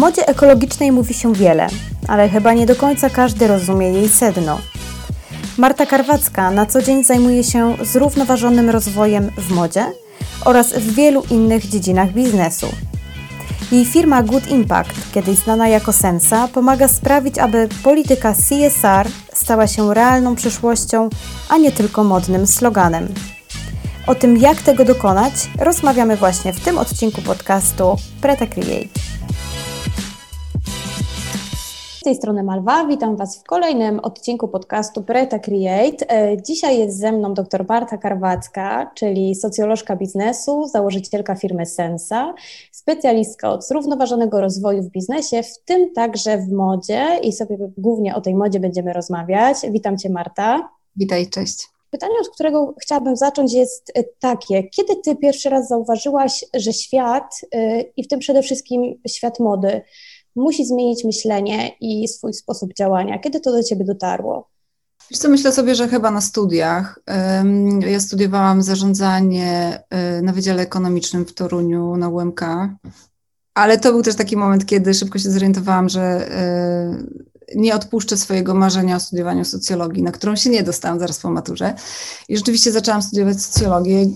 modzie ekologicznej mówi się wiele, ale chyba nie do końca każdy rozumie jej sedno. Marta Karwacka na co dzień zajmuje się zrównoważonym rozwojem w modzie oraz w wielu innych dziedzinach biznesu. Jej firma Good Impact, kiedyś znana jako Sensa, pomaga sprawić, aby polityka CSR stała się realną przyszłością, a nie tylko modnym sloganem. O tym, jak tego dokonać, rozmawiamy właśnie w tym odcinku podcastu Preta Create. Z tej strony Malwa, witam Was w kolejnym odcinku podcastu Preta Create. Dzisiaj jest ze mną dr Marta Karwacka, czyli socjolożka biznesu, założycielka firmy Sensa, specjalistka od zrównoważonego rozwoju w biznesie, w tym także w modzie i sobie głównie o tej modzie będziemy rozmawiać. Witam Cię, Marta. Witaj, cześć. Pytanie, od którego chciałabym zacząć, jest takie. Kiedy Ty pierwszy raz zauważyłaś, że świat, i w tym przede wszystkim świat mody, musi zmienić myślenie i swój sposób działania? Kiedy to do Ciebie dotarło? Wiesz co, myślę sobie, że chyba na studiach. Ja studiowałam zarządzanie na Wydziale Ekonomicznym w Toruniu na UMK, ale to był też taki moment, kiedy szybko się zorientowałam, że nie odpuszczę swojego marzenia o studiowaniu socjologii, na którą się nie dostałam zaraz po maturze. I rzeczywiście zaczęłam studiować socjologię.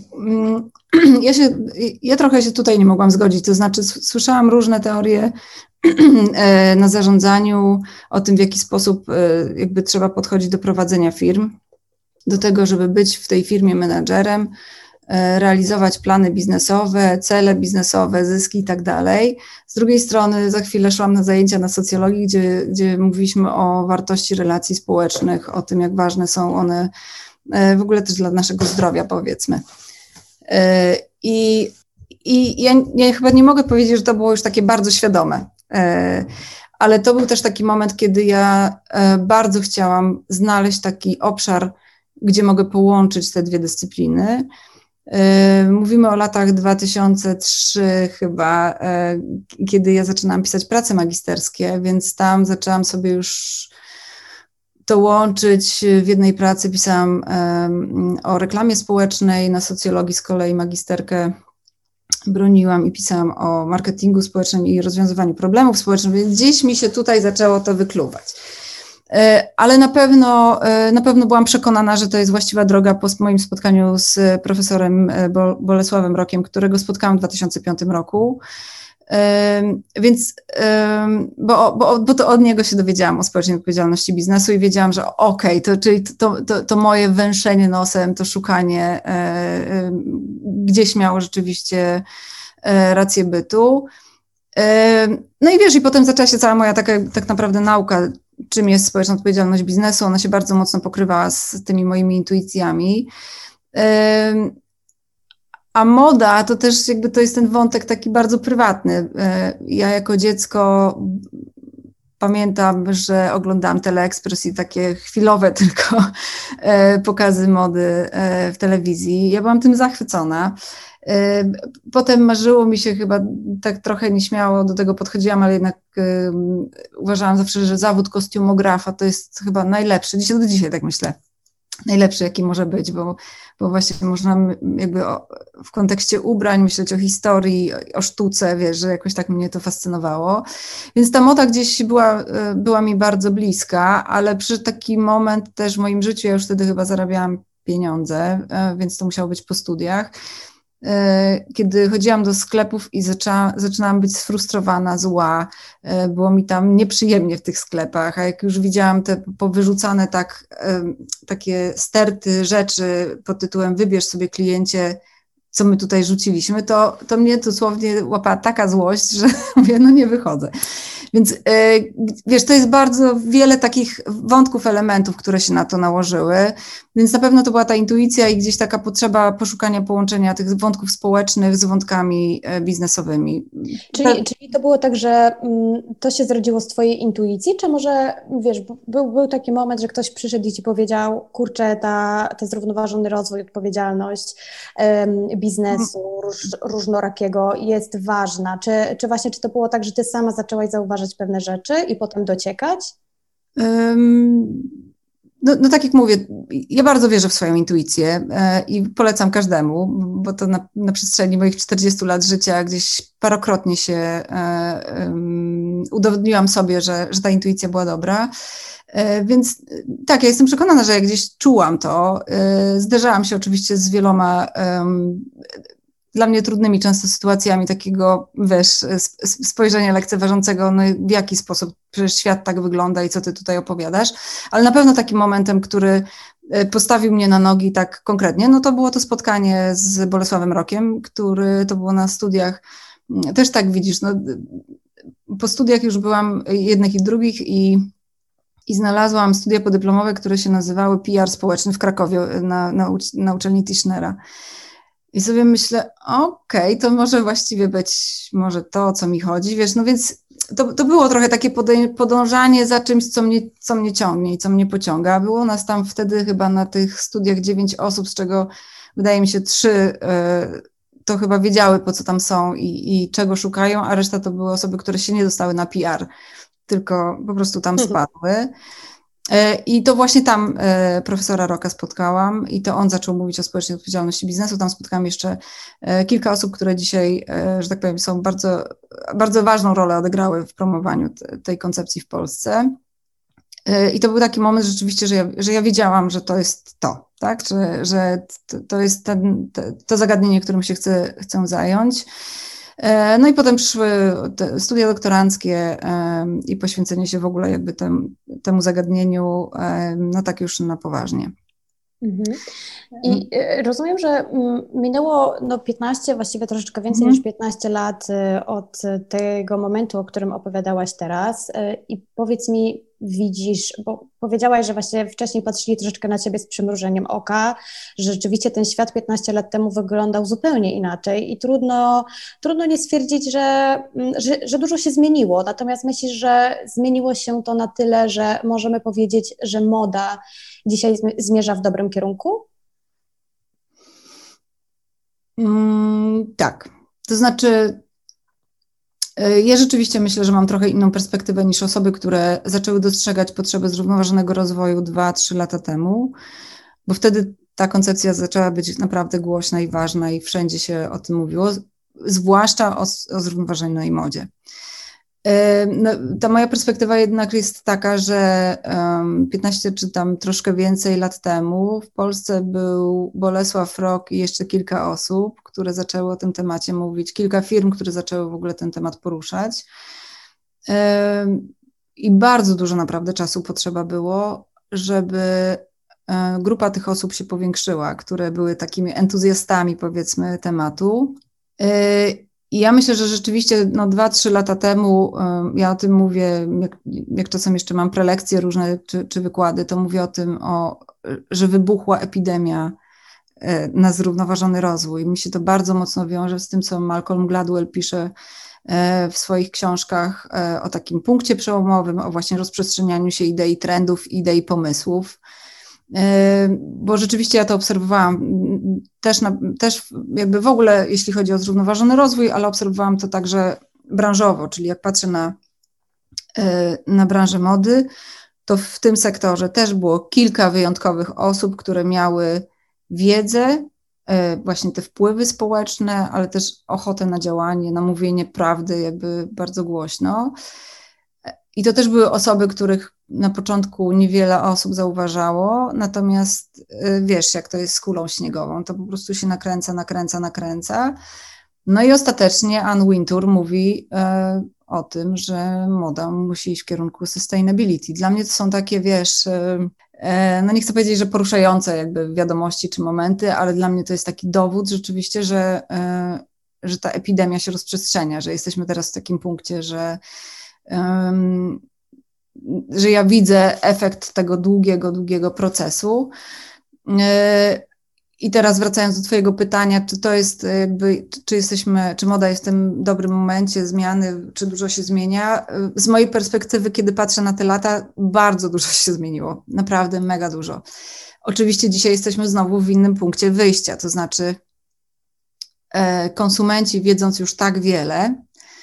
Ja trochę się tutaj nie mogłam zgodzić, to znaczy słyszałam różne teorie na zarządzaniu, o tym, w jaki sposób jakby trzeba podchodzić do prowadzenia firm, do tego, żeby być w tej firmie menadżerem, realizować plany biznesowe, cele biznesowe, zyski i tak dalej. Z drugiej strony za chwilę szłam na zajęcia na socjologii, gdzie mówiliśmy o wartości relacji społecznych, o tym, jak ważne są one w ogóle też dla naszego zdrowia, powiedzmy. I ja chyba nie mogę powiedzieć, że to było już takie bardzo świadome, ale to był też taki moment, kiedy ja bardzo chciałam znaleźć taki obszar, gdzie mogę połączyć te dwie dyscypliny. Mówimy o latach 2003 chyba, kiedy ja zaczynałam pisać prace magisterskie, więc tam zaczęłam sobie już to łączyć. W jednej pracy pisałam o reklamie społecznej, na socjologii z kolei magisterkę broniłam i pisałam o marketingu społecznym i rozwiązywaniu problemów społecznych, więc gdzieś mi się tutaj zaczęło to wykluwać. Ale na pewno byłam przekonana, że to jest właściwa droga po moim spotkaniu z profesorem Bolesławem Rokiem, którego spotkałam w 2005 roku. Więc, bo to od niego się dowiedziałam o społecznej odpowiedzialności biznesu i wiedziałam, że czyli to moje węszenie nosem, to szukanie gdzieś miało rzeczywiście rację bytu. No i wiesz, i potem zaczęła się cała moja tak naprawdę nauka, czym jest społeczna odpowiedzialność biznesu. Ona się bardzo mocno pokrywała z tymi moimi intuicjami. A moda to też jakby to jest ten wątek taki bardzo prywatny. Ja jako dziecko pamiętam, że oglądałam Teleekspres i takie chwilowe tylko pokazy mody w telewizji. Ja byłam tym zachwycona. Potem marzyło mi się chyba, tak trochę nieśmiało do tego podchodziłam, ale jednak uważałam zawsze, że zawód kostiumografa to jest chyba najlepszy. Do dzisiaj tak myślę. Najlepszy, jaki może być, bo właśnie można jakby w kontekście ubrań myśleć o historii, o sztuce, wiesz, że jakoś tak mnie to fascynowało. Więc ta moda gdzieś była mi bardzo bliska, ale przyszedł taki moment też w moim życiu, ja już wtedy chyba zarabiałam pieniądze, więc to musiało być po studiach, kiedy chodziłam do sklepów i zaczynałam być sfrustrowana, zła, było mi tam nieprzyjemnie w tych sklepach, a jak już widziałam te powyrzucane takie sterty rzeczy pod tytułem wybierz sobie, kliencie, co my tutaj rzuciliśmy, to mnie dosłownie łapała taka złość, że mówię, no nie wychodzę. Więc wiesz, to jest bardzo wiele takich wątków, elementów, które się na to nałożyły, więc na pewno to była ta intuicja i gdzieś taka potrzeba poszukania połączenia tych wątków społecznych z wątkami biznesowewi. Czyli to było tak, że to się zrodziło z Twojej intuicji, czy może, wiesz, był taki moment, że ktoś przyszedł i Ci powiedział, kurczę, ten zrównoważony rozwój, odpowiedzialność biznesu różnorakiego jest ważna, czy właśnie, czy to było tak, że Ty sama zaczęłaś zauważyć pewne rzeczy i potem dociekać? No tak jak mówię, ja bardzo wierzę w swoją intuicję i polecam każdemu, bo to na przestrzeni moich 40 lat życia gdzieś parokrotnie się udowodniłam sobie, że ta intuicja była dobra. Więc tak, ja jestem przekonana, że jak gdzieś czułam to, zderzałam się oczywiście z wieloma dla mnie trudnymi często sytuacjami takiego, spojrzenia lekceważącego, no w jaki sposób przecież świat tak wygląda i co ty tutaj opowiadasz, ale na pewno takim momentem, który postawił mnie na nogi tak konkretnie, no to było to spotkanie z Bolesławem Rokiem, który to było na studiach, też tak widzisz, no, po studiach już byłam jednych i drugich i znalazłam studia podyplomowe, które się nazywały PR społeczny w Krakowie na uczelni Tischnera. I sobie myślę, okej, to może właściwie być może to, o co mi chodzi, wiesz, no więc to było trochę takie podążanie za czymś, co mnie ciągnie i co mnie pociąga. Było nas tam wtedy chyba na tych studiach 9 osób, z czego wydaje mi się 3 to chyba wiedziały, po co tam są i czego szukają, a reszta to były osoby, które się nie dostały na PR, tylko po prostu tam spadły. I to właśnie tam profesora Roka spotkałam i to on zaczął mówić o społecznej odpowiedzialności biznesu. Tam spotkałam jeszcze kilka osób, które dzisiaj, że tak powiem, są bardzo, bardzo ważną rolę odegrały w promowaniu tej koncepcji w Polsce. I to był taki moment rzeczywiście, że ja wiedziałam, że to jest to, tak? Że to jest to zagadnienie, którym się chcę zająć. No i potem przyszły te studia doktoranckie i poświęcenie się w ogóle jakby temu zagadnieniu, no tak już na poważnie. I rozumiem, że minęło 15, właściwie troszeczkę więcej niż 15 lat od tego momentu, o którym opowiadałaś teraz. I powiedz mi, widzisz, bo powiedziałaś, że właśnie wcześniej patrzyli troszeczkę na ciebie z przymrużeniem oka, że rzeczywiście ten świat 15 lat temu wyglądał zupełnie inaczej i trudno nie stwierdzić, że dużo się zmieniło. Natomiast myślisz, że zmieniło się to na tyle, że możemy powiedzieć, że moda dzisiaj zmierza w dobrym kierunku? Tak. To znaczy, ja rzeczywiście myślę, że mam trochę inną perspektywę niż osoby, które zaczęły dostrzegać potrzebę zrównoważonego rozwoju 2-3 lata temu, bo wtedy ta koncepcja zaczęła być naprawdę głośna i ważna i wszędzie się o tym mówiło, zwłaszcza o zrównoważonej modzie. No, ta moja perspektywa jednak jest taka, że 15 czy tam troszkę więcej lat temu w Polsce był Bolesław Rok i jeszcze kilka osób, które zaczęły o tym temacie mówić, kilka firm, które zaczęły w ogóle ten temat poruszać. I bardzo dużo naprawdę czasu potrzeba było, żeby grupa tych osób się powiększyła, które były takimi entuzjastami, powiedzmy, tematu. I ja myślę, że rzeczywiście 2-3 lata temu, ja o tym mówię, jak czasem jeszcze mam prelekcje różne czy wykłady, to mówię o tym, że wybuchła epidemia na zrównoważony rozwój. Mi się to bardzo mocno wiąże z tym, co Malcolm Gladwell pisze w swoich książkach o takim punkcie przełomowym, o właśnie rozprzestrzenianiu się idei trendów, idei pomysłów. Bo rzeczywiście ja to obserwowałam też jakby w ogóle, jeśli chodzi o zrównoważony rozwój, ale obserwowałam to także branżowo, czyli jak patrzę na branżę mody, to w tym sektorze też było kilka wyjątkowych osób, które miały wiedzę, właśnie te wpływy społeczne, ale też ochotę na działanie, na mówienie prawdy jakby bardzo głośno. I to też były osoby, których na początku niewiele osób zauważało, natomiast wiesz, jak to jest z kulą śniegową, to po prostu się nakręca. No i ostatecznie Anne Wintour mówi o tym, że moda musi iść w kierunku sustainability. Dla mnie to są takie, wiesz, no nie chcę powiedzieć, że poruszające jakby wiadomości czy momenty, ale dla mnie to jest taki dowód rzeczywiście, że ta epidemia się rozprzestrzenia, że jesteśmy teraz w takim punkcie, że ja widzę efekt tego długiego procesu. I teraz wracając do twojego pytania, czy to jest jakby, czy moda jest w tym dobrym momencie zmiany, czy dużo się zmienia? Z mojej perspektywy, kiedy patrzę na te lata, bardzo dużo się zmieniło. Naprawdę mega dużo. Oczywiście dzisiaj jesteśmy znowu w innym punkcie wyjścia, to znaczy konsumenci, wiedząc już tak wiele,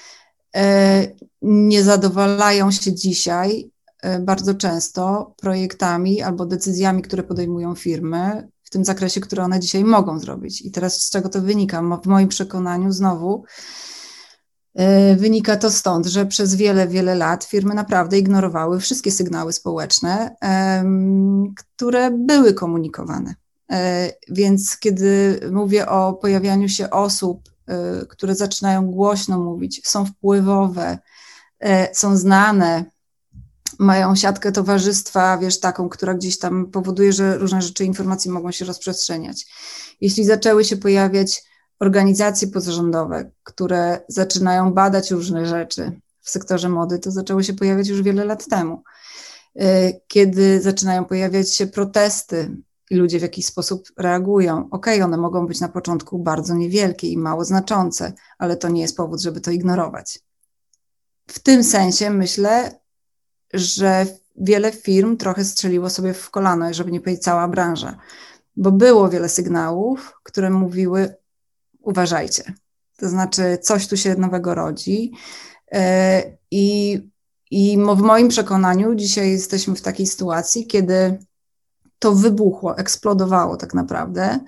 nie zadowalają się dzisiaj bardzo często projektami albo decyzjami, które podejmują firmy w tym zakresie, które one dzisiaj mogą zrobić. I teraz z czego to wynika? W moim przekonaniu znowu Wynika to stąd, że przez wiele, wiele lat firmy naprawdę ignorowały wszystkie sygnały społeczne, które były komunikowane. Więc kiedy mówię o pojawianiu się osób, które zaczynają głośno mówić, są wpływowe, są znane, mają siatkę towarzystwa, wiesz, taką, która gdzieś tam powoduje, że różne rzeczy, informacje mogą się rozprzestrzeniać. Jeśli zaczęły się pojawiać organizacje pozarządowe, które zaczynają badać różne rzeczy w sektorze mody, to zaczęły się pojawiać już wiele lat temu. Kiedy zaczynają pojawiać się protesty i ludzie w jakiś sposób reagują, one mogą być na początku bardzo niewielkie i mało znaczące, ale to nie jest powód, żeby to ignorować. W tym sensie myślę, że wiele firm trochę strzeliło sobie w kolano, żeby nie powiedzieć cała branża, bo było wiele sygnałów, które mówiły: uważajcie, to znaczy coś tu się nowego rodzi i w moim przekonaniu dzisiaj jesteśmy w takiej sytuacji, kiedy to wybuchło, eksplodowało tak naprawdę.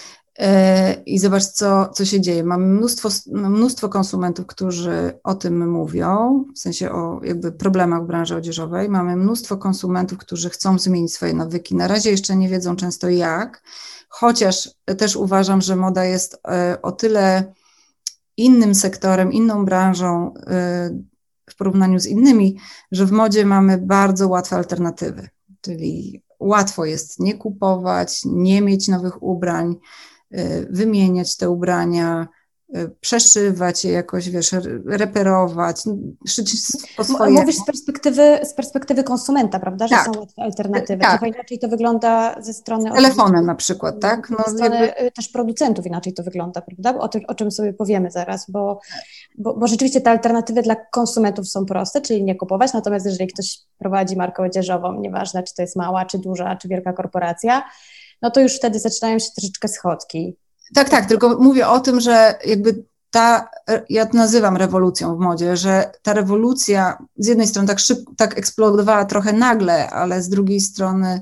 I zobacz, co się dzieje. Mamy mnóstwo konsumentów, którzy o tym mówią, w sensie o jakby problemach w branży odzieżowej. Mamy mnóstwo konsumentów, którzy chcą zmienić swoje nawyki. Na razie jeszcze nie wiedzą często jak, chociaż też uważam, że moda jest o tyle innym sektorem, inną branżą w porównaniu z innymi, że w modzie mamy bardzo łatwe alternatywy, czyli łatwo jest nie kupować, nie mieć nowych ubrań, wymieniać te ubrania, przeszywać je jakoś, wiesz, reperować, szyć po swojemu. Mówisz z perspektywy konsumenta, prawda, że tak, są łatwe alternatywy. Tak. Trochę inaczej to wygląda ze strony... Z telefonem na przykład, tak? Ze strony też producentów inaczej to wygląda, prawda? O czym sobie powiemy zaraz, bo rzeczywiście te alternatywy dla konsumentów są proste, czyli nie kupować, natomiast jeżeli ktoś prowadzi markę odzieżową, nieważne czy to jest mała, czy duża, czy wielka korporacja, no to już wtedy zaczynają się troszeczkę schodki. Tak, tylko mówię o tym, że jakby ja to nazywam rewolucją w modzie, że ta rewolucja z jednej strony tak eksplodowała trochę nagle, ale z drugiej strony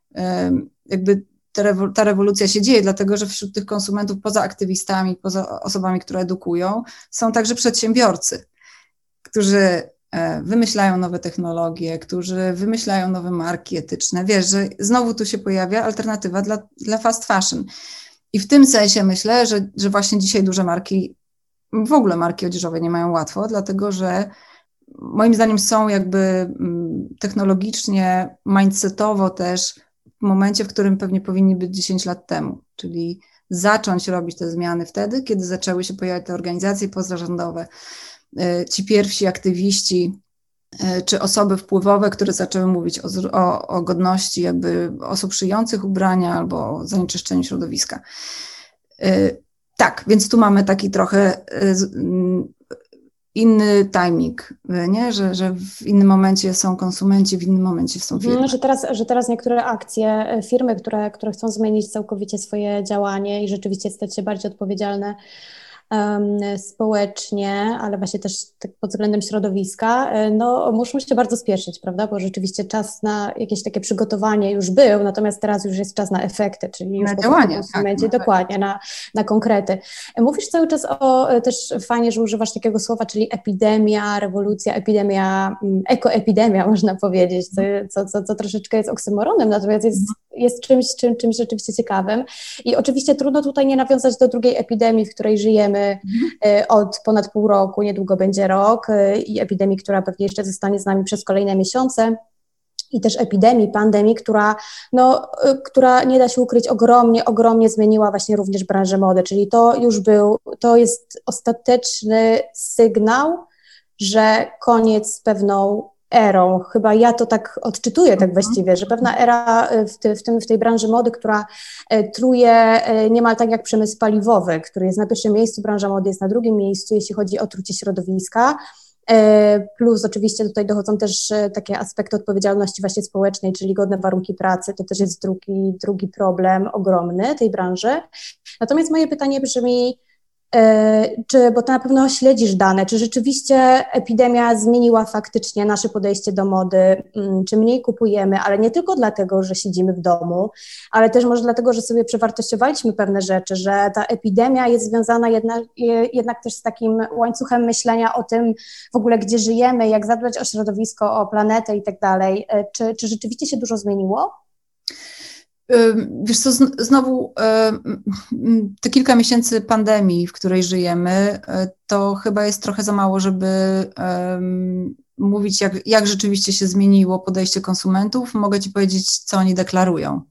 jakby ta rewolucja się dzieje, dlatego że wśród tych konsumentów, poza aktywistami, poza osobami, które edukują, są także przedsiębiorcy, którzy wymyślają nowe technologie, którzy wymyślają nowe marki etyczne. Wiesz, że znowu tu się pojawia alternatywa dla fast fashion. I w tym sensie myślę, że właśnie dzisiaj duże marki, w ogóle marki odzieżowe nie mają łatwo, dlatego że moim zdaniem są jakby technologicznie, mindsetowo też w momencie, w którym pewnie powinni być 10 lat temu, czyli zacząć robić te zmiany wtedy, kiedy zaczęły się pojawiać te organizacje pozarządowe, ci pierwsi aktywiści, czy osoby wpływowe, które zaczęły mówić o godności jakby osób szyjących ubrania albo o zanieczyszczeniu środowiska. Tak, więc tu mamy taki trochę inny timing, nie? Że w innym momencie są konsumenci, w innym momencie są firmy. Że teraz niektóre akcje, firmy, które chcą zmienić całkowicie swoje działanie i rzeczywiście stać się bardziej odpowiedzialne społecznie, ale właśnie też tak pod względem środowiska, no muszą się bardzo spieszyć, prawda, bo rzeczywiście czas na jakieś takie przygotowanie już był, natomiast teraz już jest czas na efekty, czyli już na działanie, konsumencie, dokładnie, na konkrety. Mówisz cały czas też fajnie, że używasz takiego słowa, czyli epidemia, rewolucja, epidemia, ekoepidemia można powiedzieć, co troszeczkę jest oksymoronem, natomiast jest czymś rzeczywiście ciekawym i oczywiście trudno tutaj nie nawiązać do drugiej epidemii, w której żyjemy od ponad pół roku, niedługo będzie rok i epidemii, która pewnie jeszcze zostanie z nami przez kolejne miesiące i też pandemii, która nie da się ukryć, ogromnie zmieniła właśnie również branżę mody, czyli to jest ostateczny sygnał, że koniec z pewną erą. Chyba ja to tak odczytuję tak właściwie, że pewna era w tej branży mody, która truje niemal tak jak przemysł paliwowy, który jest na pierwszym miejscu, branża mody jest na drugim miejscu, jeśli chodzi o trucie środowiska. Plus oczywiście tutaj dochodzą też takie aspekty odpowiedzialności właśnie społecznej, czyli godne warunki pracy, to też jest drugi problem ogromny tej branży. Natomiast moje pytanie brzmi, Bo to na pewno śledzisz dane, czy rzeczywiście epidemia zmieniła faktycznie nasze podejście do mody, czy mniej kupujemy, ale nie tylko dlatego, że siedzimy w domu, ale też może dlatego, że sobie przewartościowaliśmy pewne rzeczy, że ta epidemia jest związana jednak też z takim łańcuchem myślenia o tym w ogóle, gdzie żyjemy, jak zadbać o środowisko, o planetę i tak dalej. Czy rzeczywiście się dużo zmieniło? Wiesz co, znowu te kilka miesięcy pandemii, w której żyjemy, to chyba jest trochę za mało, żeby mówić, jak rzeczywiście się zmieniło podejście konsumentów. Mogę Ci powiedzieć, co oni deklarują.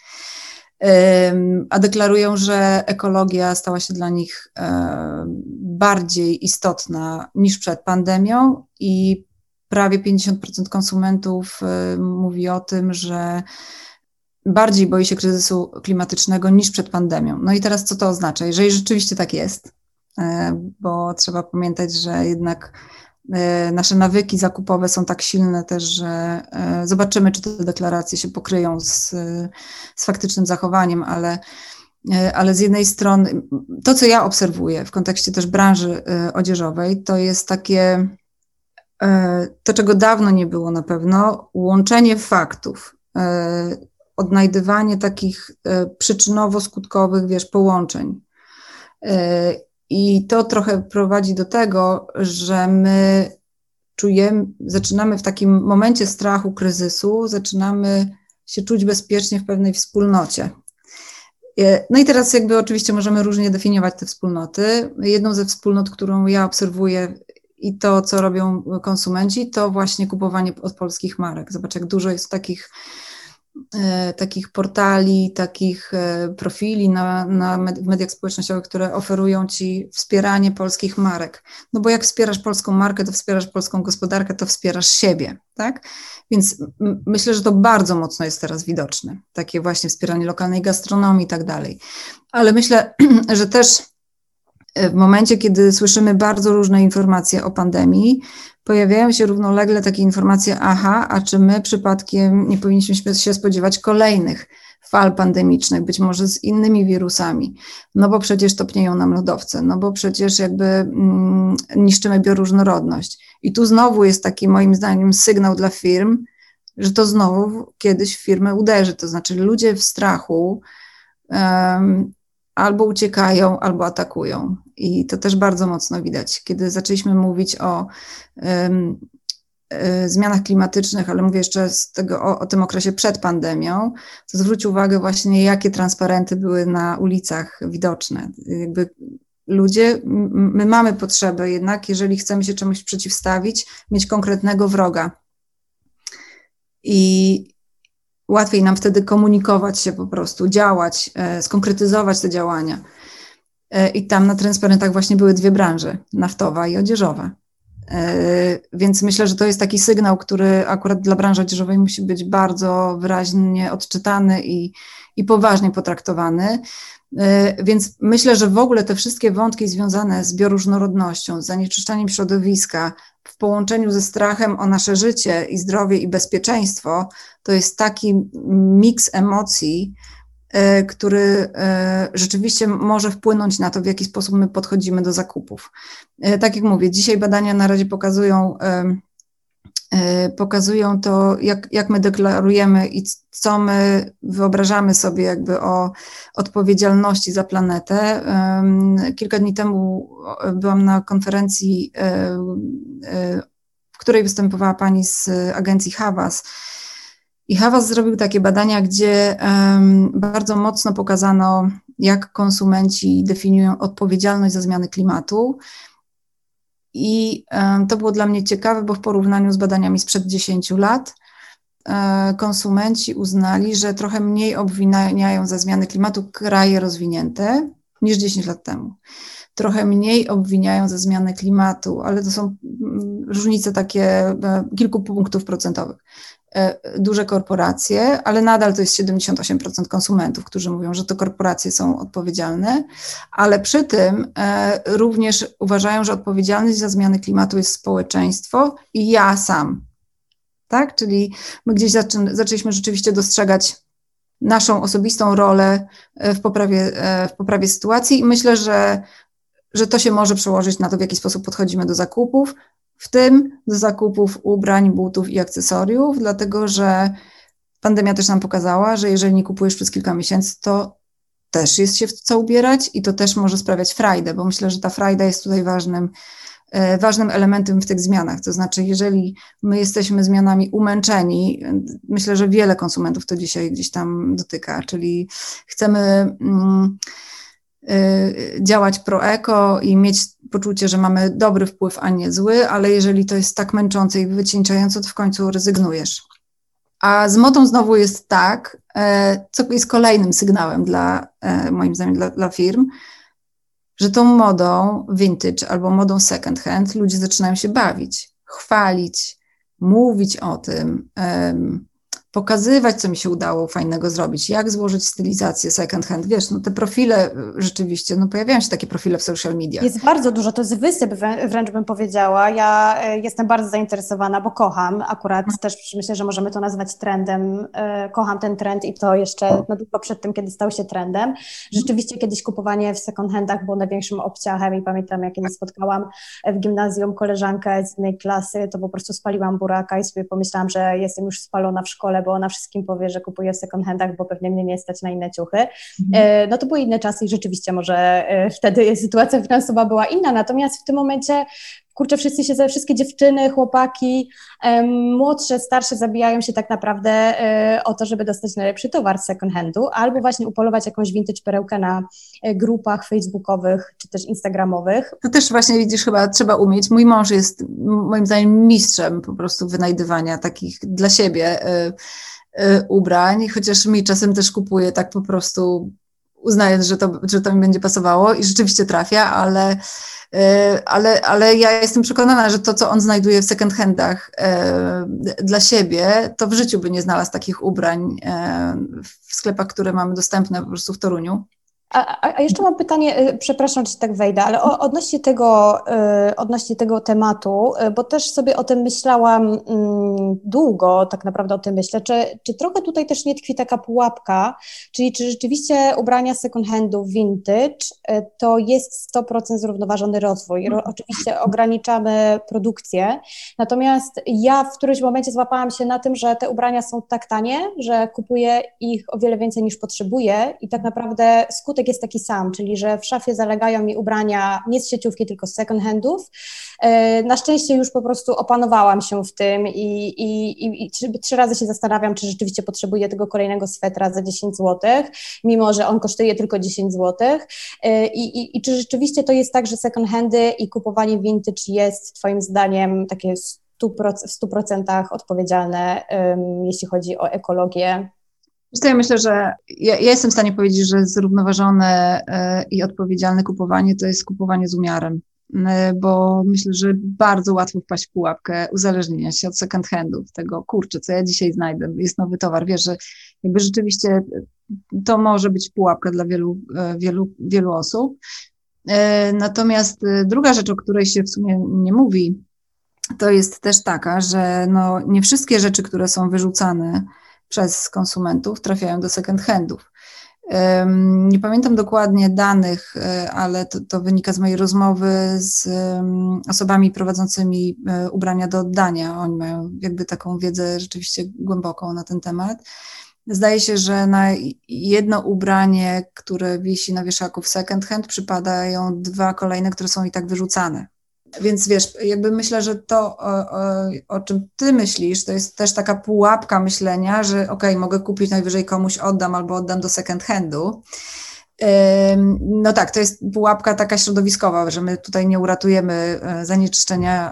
A deklarują, że ekologia stała się dla nich bardziej istotna niż przed pandemią i prawie 50% konsumentów mówi o tym, że bardziej boi się kryzysu klimatycznego niż przed pandemią. No i teraz co to oznacza? Jeżeli rzeczywiście tak jest, bo trzeba pamiętać, że jednak nasze nawyki zakupowe są tak silne też, że zobaczymy, czy te deklaracje się pokryją z faktycznym zachowaniem, ale z jednej strony to, co ja obserwuję w kontekście też branży odzieżowej, to jest takie, to czego dawno nie było na pewno, łączenie faktów, odnajdywanie takich przyczynowo-skutkowych, połączeń. I to trochę prowadzi do tego, że my zaczynamy w takim momencie strachu, kryzysu, zaczynamy się czuć bezpiecznie w pewnej wspólnocie. No i teraz oczywiście możemy różnie definiować te wspólnoty. Jedną ze wspólnot, którą ja obserwuję i to, co robią konsumenci, to właśnie kupowanie od polskich marek. Zobacz, jak dużo jest takich portali, takich profili w mediach społecznościowych, które oferują Ci wspieranie polskich marek. No bo jak wspierasz polską markę, to wspierasz polską gospodarkę, to wspierasz siebie, tak? Więc myślę, że to bardzo mocno jest teraz widoczne. Takie właśnie wspieranie lokalnej gastronomii i tak dalej. Ale myślę, że też w momencie, kiedy słyszymy bardzo różne informacje o pandemii, pojawiają się równolegle takie informacje, a czy my przypadkiem nie powinniśmy się spodziewać kolejnych fal pandemicznych, być może z innymi wirusami, no bo przecież topnieją nam lodowce, no bo przecież niszczymy bioróżnorodność. I tu znowu jest taki, moim zdaniem, sygnał dla firm, że to znowu kiedyś w firmę uderzy, to znaczy ludzie w strachu albo uciekają, albo atakują. I to też bardzo mocno widać. Kiedy zaczęliśmy mówić o zmianach klimatycznych, ale mówię jeszcze o tym okresie przed pandemią, to zwróć uwagę właśnie, jakie transparenty były na ulicach widoczne. Ludzie, my mamy potrzebę jednak, jeżeli chcemy się czemuś przeciwstawić, mieć konkretnego wroga. I łatwiej nam wtedy komunikować się po prostu, działać, skonkretyzować te działania. I tam na transparentach właśnie były dwie branże, naftowa i odzieżowa. Więc myślę, że to jest taki sygnał, który akurat dla branży odzieżowej musi być bardzo wyraźnie odczytany i poważnie potraktowany. Więc myślę, że w ogóle te wszystkie wątki związane z bioróżnorodnością, z zanieczyszczaniem środowiska, w połączeniu ze strachem o nasze życie i zdrowie i bezpieczeństwo, to jest taki miks emocji, który rzeczywiście może wpłynąć na to, w jaki sposób my podchodzimy do zakupów. Tak jak mówię, dzisiaj badania na razie pokazują to, jak my deklarujemy i co my wyobrażamy sobie o odpowiedzialności za planetę. Kilka dni temu byłam na konferencji, w której występowała pani z agencji Havas. I Havas zrobił takie badania, gdzie bardzo mocno pokazano, jak konsumenci definiują odpowiedzialność za zmiany klimatu. I to było dla mnie ciekawe, bo w porównaniu z badaniami sprzed 10 lat konsumenci uznali, że trochę mniej obwiniają za zmiany klimatu kraje rozwinięte niż 10 lat temu. Trochę mniej obwiniają za zmiany klimatu, ale to są różnice takie kilku punktów procentowych. Duże korporacje, ale nadal to jest 78% konsumentów, którzy mówią, że to korporacje są odpowiedzialne, ale przy tym również uważają, że odpowiedzialność za zmiany klimatu jest społeczeństwo i ja sam. Tak? Czyli my gdzieś zaczęliśmy rzeczywiście dostrzegać naszą osobistą rolę w poprawie sytuacji i myślę, że to się może przełożyć na to, w jaki sposób podchodzimy do zakupów, w tym do zakupów ubrań, butów i akcesoriów, dlatego że pandemia też nam pokazała, że jeżeli nie kupujesz przez kilka miesięcy, to też jest się w co ubierać i to też może sprawiać frajdę, bo myślę, że ta frajda jest tutaj ważnym elementem w tych zmianach. To znaczy, jeżeli my jesteśmy zmianami umęczeni, myślę, że wiele konsumentów to dzisiaj gdzieś tam dotyka, czyli chcemy działać pro-eko i mieć poczucie, że mamy dobry wpływ, a nie zły, ale jeżeli to jest tak męczące i wycieńczające, to w końcu rezygnujesz. A z modą znowu jest tak, co jest kolejnym sygnałem moim zdaniem dla firm, że tą modą vintage albo modą second hand ludzie zaczynają się bawić, chwalić, mówić o tym, pokazywać, co mi się udało fajnego zrobić, jak złożyć stylizację second hand. Wiesz, no te profile rzeczywiście, no pojawiają się takie profile w social mediach. Jest bardzo dużo, to jest wysyp wręcz bym powiedziała. Ja jestem bardzo zainteresowana, bo kocham akurat też myślę, że możemy to nazwać trendem. Kocham ten trend i to jeszcze no długo przed tym, kiedy stał się trendem. Rzeczywiście kiedyś kupowanie w second handach było największym obciachem i pamiętam, jak kiedyś spotkałam w gimnazjum koleżankę z innej klasy, to po prostu spaliłam buraka i sobie pomyślałam, że jestem już spalona w szkole, bo ona wszystkim powie, że kupuje w second handach, bo pewnie mnie nie stać na inne ciuchy. No to były inne czasy i rzeczywiście może wtedy sytuacja finansowa była inna, natomiast w tym momencie kurczę, wszystkie dziewczyny, chłopaki, młodsze, starsze zabijają się tak naprawdę o to, żeby dostać najlepszy towar z second handu, albo właśnie upolować jakąś vintage perełkę na grupach facebookowych, czy też instagramowych. To też właśnie widzisz, chyba trzeba umieć. Mój mąż jest moim zdaniem mistrzem po prostu wynajdywania takich dla siebie ubrań, chociaż mi czasem też kupuje tak po prostu, uznając, że to mi będzie pasowało i rzeczywiście trafia, ale ja jestem przekonana, że to, co on znajduje w second handach dla siebie, to w życiu by nie znalazł takich ubrań w sklepach, które mamy dostępne po prostu w Toruniu. A jeszcze mam pytanie, przepraszam, że tak wejdę, ale odnośnie tego tematu, bo też sobie o tym myślałam długo, tak naprawdę o tym myślę, czy trochę tutaj też nie tkwi taka pułapka, czyli czy rzeczywiście ubrania second handu vintage to jest 100% zrównoważony rozwój. Oczywiście ograniczamy produkcję, natomiast ja w którymś momencie złapałam się na tym, że te ubrania są tak tanie, że kupuję ich o wiele więcej niż potrzebuję i tak naprawdę skutek jest taki sam, czyli że w szafie zalegają mi ubrania nie z sieciówki, tylko z second handów. Na szczęście już po prostu opanowałam się w tym i 3 razy się zastanawiam, czy rzeczywiście potrzebuję tego kolejnego swetra za 10 zł, mimo że on kosztuje tylko 10 zł. I czy rzeczywiście to jest tak, że second handy i kupowanie vintage jest twoim zdaniem takie w 100% odpowiedzialne, jeśli chodzi o ekologię? Ja myślę, że ja jestem w stanie powiedzieć, że zrównoważone i odpowiedzialne kupowanie to jest kupowanie z umiarem, bo myślę, że bardzo łatwo wpaść w pułapkę uzależnienia się od second handów, tego kurczę, co ja dzisiaj znajdę, jest nowy towar, wiesz, że jakby rzeczywiście to może być pułapka dla wielu osób. Natomiast druga rzecz, o której się w sumie nie mówi, to jest też taka, że no nie wszystkie rzeczy, które są wyrzucane przez konsumentów trafiają do second handów. Nie pamiętam dokładnie danych, ale to wynika z mojej rozmowy z osobami prowadzącymi ubrania do oddania. Oni mają jakby taką wiedzę rzeczywiście głęboką na ten temat. Zdaje się, że na jedno ubranie, które wisi na wieszaku w second hand, przypadają 2 kolejne, które są i tak wyrzucane. Więc wiesz, jakby myślę, że to, o czym ty myślisz, to jest też taka pułapka myślenia, że okej, mogę kupić, najwyżej komuś oddam albo oddam do second handu. No tak, to jest pułapka taka środowiskowa, że my tutaj nie uratujemy zanieczyszczenia,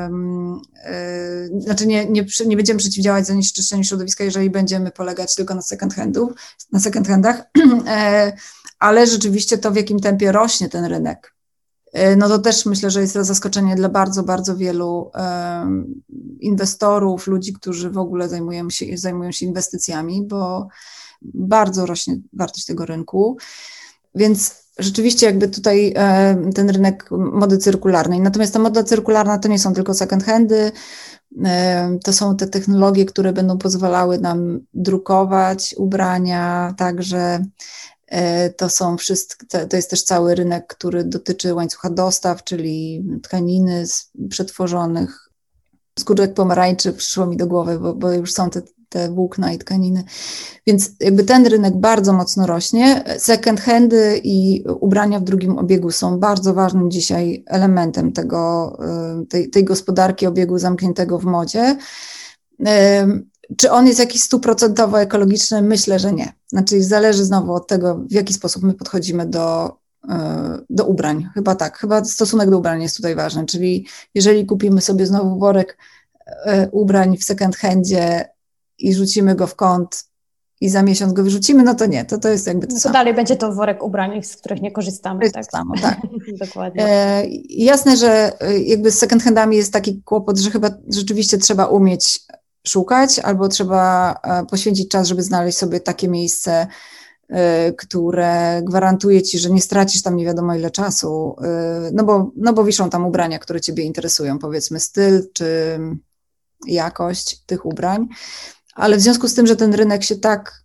znaczy nie będziemy przeciwdziałać zanieczyszczeniu środowiska, jeżeli będziemy polegać tylko na second handach, ale rzeczywiście to, w jakim tempie rośnie ten rynek, no to też myślę, że jest to zaskoczenie dla bardzo, bardzo wielu inwestorów, ludzi, którzy w ogóle zajmują się inwestycjami, bo bardzo rośnie wartość tego rynku. Więc rzeczywiście jakby tutaj ten rynek mody cyrkularnej. Natomiast ta moda cyrkularna to nie są tylko second handy, to są te technologie, które będą pozwalały nam drukować ubrania, także To jest też cały rynek, który dotyczy łańcucha dostaw, czyli tkaniny z przetworzonych, skórek pomarańczy przyszło mi do głowy, bo już są te włókna i tkaniny. Więc jakby ten rynek bardzo mocno rośnie. Second handy i ubrania w drugim obiegu są bardzo ważnym dzisiaj elementem tej gospodarki obiegu zamkniętego w modzie. Czy on jest jakiś 100% ekologiczny? Myślę, że nie. Znaczy zależy znowu od tego, w jaki sposób my podchodzimy do ubrań. Chyba tak. Chyba stosunek do ubrań jest tutaj ważny. Czyli jeżeli kupimy sobie znowu worek ubrań w second handzie i rzucimy go w kąt i za miesiąc go wyrzucimy, no to nie. To jest jakby to samo. Dalej będzie to worek ubrań, z których nie korzystamy. To jest tak? to samo, tak. Dokładnie. Jasne, że jakby z second handami jest taki kłopot, że chyba rzeczywiście trzeba umieć szukać, albo trzeba poświęcić czas, żeby znaleźć sobie takie miejsce, które gwarantuje ci, że nie stracisz tam nie wiadomo ile czasu, no bo wiszą tam ubrania, które ciebie interesują, powiedzmy styl czy jakość tych ubrań, ale w związku z tym, że ten rynek się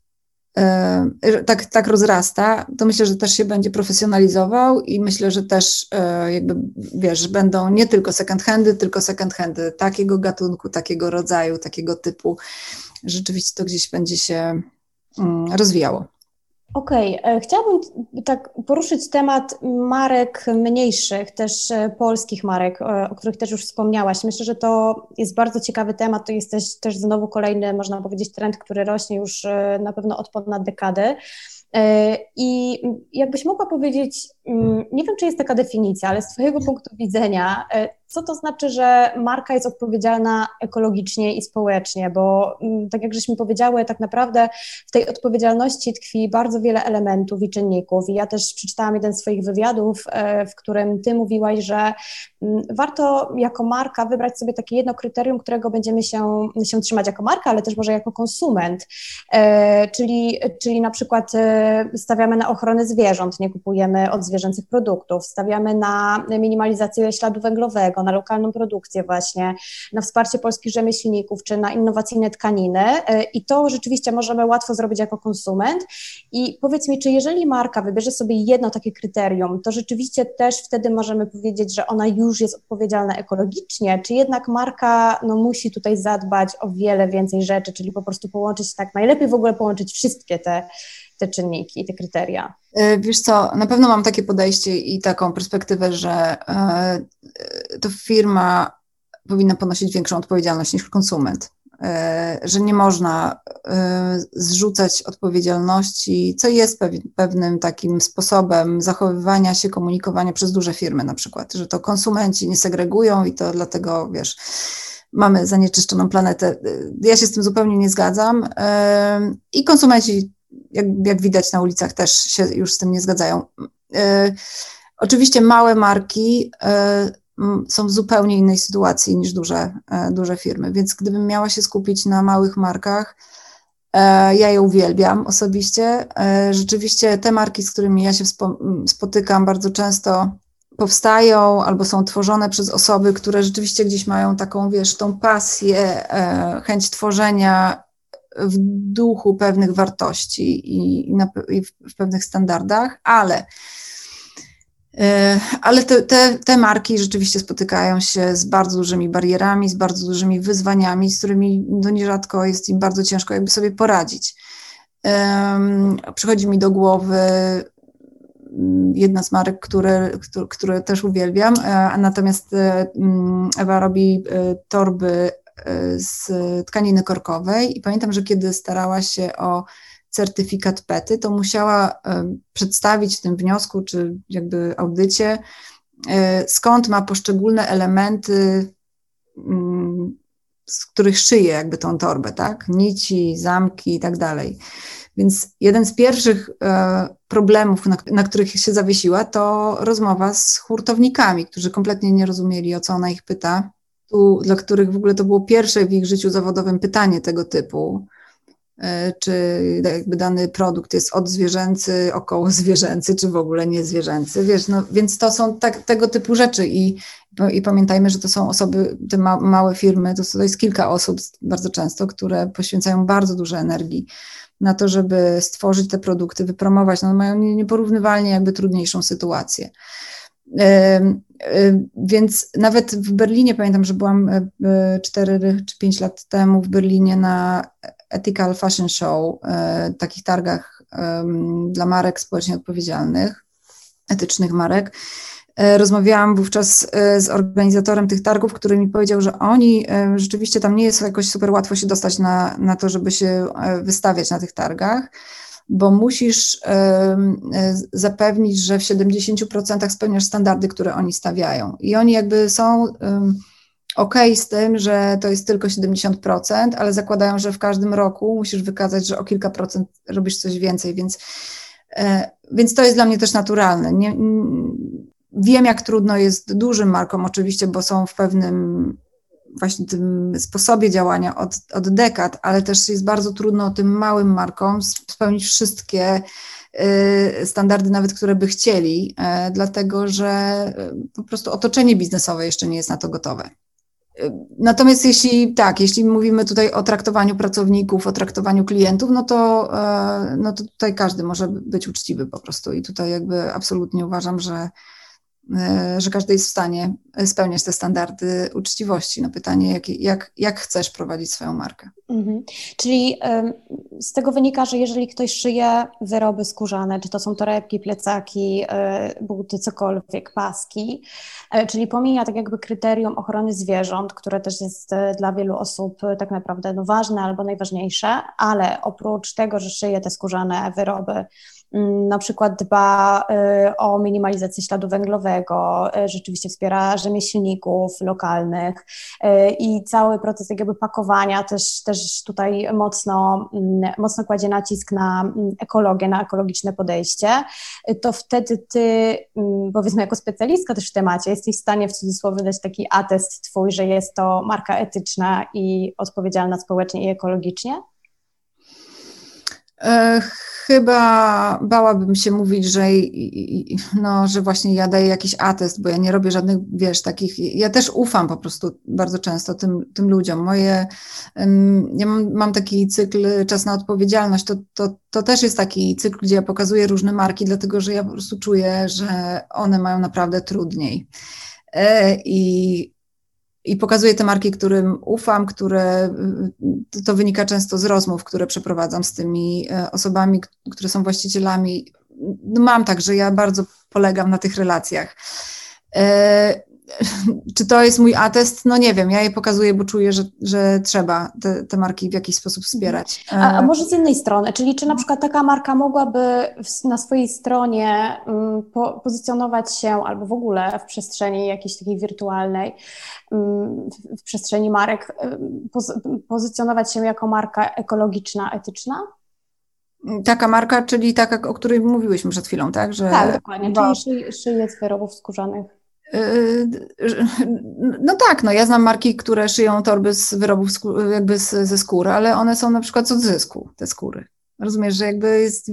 tak rozrasta, to myślę, że też się będzie profesjonalizował i myślę, że też jakby, wiesz, będą nie tylko second handy takiego gatunku, takiego rodzaju, takiego typu. Rzeczywiście to gdzieś będzie się rozwijało. Okej, chciałabym tak poruszyć temat marek mniejszych, też polskich marek, o których też już wspomniałaś. Myślę, że to jest bardzo ciekawy temat, to jest też znowu kolejny, można powiedzieć, trend, który rośnie już na pewno od ponad dekady. I jakbyś mogła powiedzieć, nie wiem, czy jest taka definicja, ale z Twojego punktu widzenia, co to znaczy, że marka jest odpowiedzialna ekologicznie i społecznie, bo tak jak żeśmy powiedziały, tak naprawdę w tej odpowiedzialności tkwi bardzo wiele elementów i czynników i ja też przeczytałam jeden z Twoich wywiadów, w którym Ty mówiłaś, że warto jako marka wybrać sobie takie jedno kryterium, którego będziemy się trzymać jako marka, ale też może jako konsument, czyli na przykład stawiamy na ochronę zwierząt, nie kupujemy od zwierzęcych produktów, stawiamy na minimalizację śladu węglowego, na lokalną produkcję właśnie, na wsparcie polskich rzemieślników, czy na innowacyjne tkaniny i to rzeczywiście możemy łatwo zrobić jako konsument i powiedz mi, czy jeżeli marka wybierze sobie jedno takie kryterium, to rzeczywiście też wtedy możemy powiedzieć, że ona już jest odpowiedzialna ekologicznie, czy jednak marka musi tutaj zadbać o wiele więcej rzeczy, czyli po prostu połączyć najlepiej w ogóle połączyć wszystkie te czynniki, te kryteria? Wiesz co, na pewno mam takie podejście i taką perspektywę, że to firma powinna ponosić większą odpowiedzialność niż konsument, że nie można zrzucać odpowiedzialności, co jest pewnym takim sposobem zachowywania się, komunikowania przez duże firmy na przykład, że to konsumenci nie segregują i to dlatego, wiesz, mamy zanieczyszczoną planetę. Ja się z tym zupełnie nie zgadzam i konsumenci jak widać na ulicach też się już z tym nie zgadzają. Oczywiście małe marki są w zupełnie innej sytuacji niż duże firmy, więc gdybym miała się skupić na małych markach, ja je uwielbiam osobiście. Rzeczywiście te marki, z którymi ja się spotykam, bardzo często powstają albo są tworzone przez osoby, które rzeczywiście gdzieś mają taką, wiesz, tą pasję, chęć tworzenia w duchu pewnych wartości i w pewnych standardach, ale te marki rzeczywiście spotykają się z bardzo dużymi barierami, z bardzo dużymi wyzwaniami, z którymi nierzadko jest im bardzo ciężko jakby sobie poradzić. Przychodzi mi do głowy jedna z marek, które też uwielbiam, a natomiast Ewa robi torby z tkaniny korkowej i pamiętam, że kiedy starała się o certyfikat PETY, to musiała przedstawić w tym wniosku, czy jakby audycie, skąd ma poszczególne elementy, z których szyje jakby tą torbę, tak? Nici, zamki i tak dalej. Więc jeden z pierwszych problemów, na których się zawiesiła, to rozmowa z hurtownikami, którzy kompletnie nie rozumieli, o co ona ich pyta. Dla których w ogóle to było pierwsze w ich życiu zawodowym pytanie tego typu. czy jakby dany produkt jest odzwierzęcy, okołozwierzęcy, czy w ogóle niezwierzęcy, wiesz, no, więc to są tego typu rzeczy i pamiętajmy, że to są osoby, te małe firmy, to jest kilka osób bardzo często, które poświęcają bardzo dużo energii na to, żeby stworzyć te produkty, wypromować, no mają nieporównywalnie jakby trudniejszą sytuację. Więc nawet w Berlinie, pamiętam, że byłam 4 czy 5 lat temu w Berlinie na Ethical Fashion Show, takich targach dla marek społecznie odpowiedzialnych, etycznych marek. Rozmawiałam wówczas z organizatorem tych targów, który mi powiedział, że oni rzeczywiście tam nie jest jakoś super łatwo się dostać na to, żeby się wystawiać na tych targach, bo musisz zapewnić, że w 70% spełniasz standardy, które oni stawiają. I oni jakby są okej z tym, że to jest tylko 70%, ale zakładają, że w każdym roku musisz wykazać, że o kilka procent robisz coś więcej, więc to jest dla mnie też naturalne. Wiem, jak trudno jest dużym markom oczywiście, bo są w pewnym właśnie tym sposobie działania od dekad, ale też jest bardzo trudno tym małym markom spełnić wszystkie standardy, nawet które by chcieli, dlatego że po prostu otoczenie biznesowe jeszcze nie jest na to gotowe. Natomiast jeśli mówimy tutaj o traktowaniu pracowników, o traktowaniu klientów, no to tutaj każdy może być uczciwy po prostu i tutaj jakby absolutnie uważam, że każdy jest w stanie spełniać te standardy uczciwości. No pytanie, jak chcesz prowadzić swoją markę. Mhm. Czyli z tego wynika, że jeżeli ktoś szyje wyroby skórzane, czy to są torebki, plecaki, buty, cokolwiek, paski, czyli pomija tak jakby kryterium ochrony zwierząt, które też jest dla wielu osób tak naprawdę ważne albo najważniejsze, ale oprócz tego, że szyje te skórzane wyroby, na przykład dba o minimalizację śladu węglowego, rzeczywiście wspiera rzemieślników lokalnych i cały proces jakby pakowania też tutaj mocno kładzie nacisk na ekologię, na ekologiczne podejście, to wtedy ty, powiedzmy jako specjalistka też w temacie, jesteś w stanie w cudzysłowie dać taki atest twój, że jest to marka etyczna i odpowiedzialna społecznie i ekologicznie? Chyba bałabym się mówić, że właśnie ja daję jakiś atest, bo ja nie robię żadnych, takich, ja też ufam po prostu bardzo często tym ludziom. Ja mam taki cykl Czas na odpowiedzialność, to też jest taki cykl, gdzie ja pokazuję różne marki, dlatego że ja po prostu czuję, że one mają naprawdę trudniej. I pokazuję te marki, którym ufam, to wynika często z rozmów, które przeprowadzam z tymi osobami, które są właścicielami. No mam tak, że ja bardzo polegam na tych relacjach. Czy to jest mój atest? No nie wiem, ja je pokazuję, bo czuję, że trzeba te marki w jakiś sposób wspierać. A może z innej strony, czyli czy na przykład taka marka mogłaby na swojej stronie pozycjonować się, albo w ogóle w przestrzeni jakiejś takiej wirtualnej, w przestrzeni marek, pozycjonować się jako marka ekologiczna, etyczna? Taka marka, czyli taka, o której mówiłyśmy przed chwilą, tak? Tak, dokładnie, czyli szyje z wyrobów skórzanych. No tak, ja znam marki, które szyją torby z wyrobów jakby ze skór, ale one są na przykład z odzysku, te skóry. Rozumiesz, że jakby jest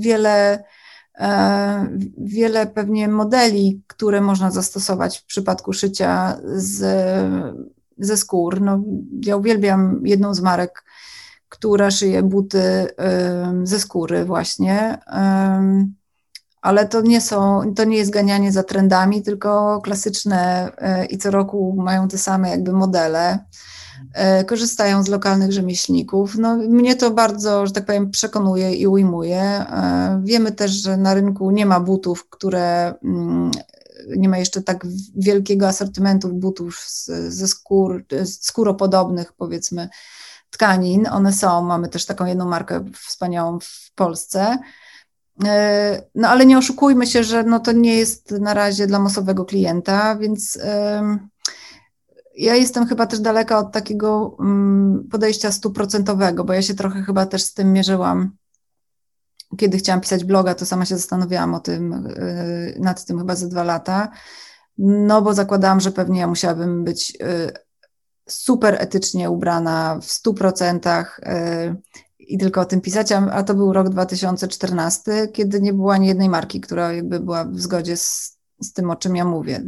wiele pewnie modeli, które można zastosować w przypadku szycia ze skór. No, ja uwielbiam jedną z marek, która szyje buty ze skóry właśnie. Ale to nie jest ganianie za trendami, tylko klasyczne i co roku mają te same jakby modele, korzystają z lokalnych rzemieślników. No, mnie to bardzo, że tak powiem, przekonuje i ujmuje. Wiemy też, że na rynku nie ma butów, nie ma jeszcze tak wielkiego asortymentu butów ze skóropodobnych, powiedzmy, tkanin. One są, mamy też taką jedną markę wspaniałą w Polsce. No ale nie oszukujmy się, że to nie jest na razie dla masowego klienta, więc ja jestem chyba też daleka od takiego podejścia 100%, bo ja się trochę chyba też z tym mierzyłam. Kiedy chciałam pisać bloga, to sama się zastanawiałam nad tym chyba ze 2 lata, no bo zakładałam, że pewnie ja musiałabym być super etycznie ubrana w 100%, i tylko o tym pisać, a to był rok 2014, kiedy nie było ani jednej marki, która jakby była w zgodzie z tym, o czym ja mówię,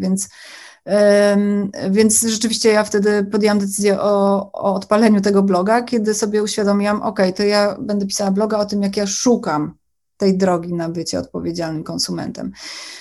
więc rzeczywiście ja wtedy podjęłam decyzję o odpaleniu tego bloga, kiedy sobie uświadomiłam, to ja będę pisała bloga o tym, jak ja szukam tej drogi na bycie odpowiedzialnym konsumentem.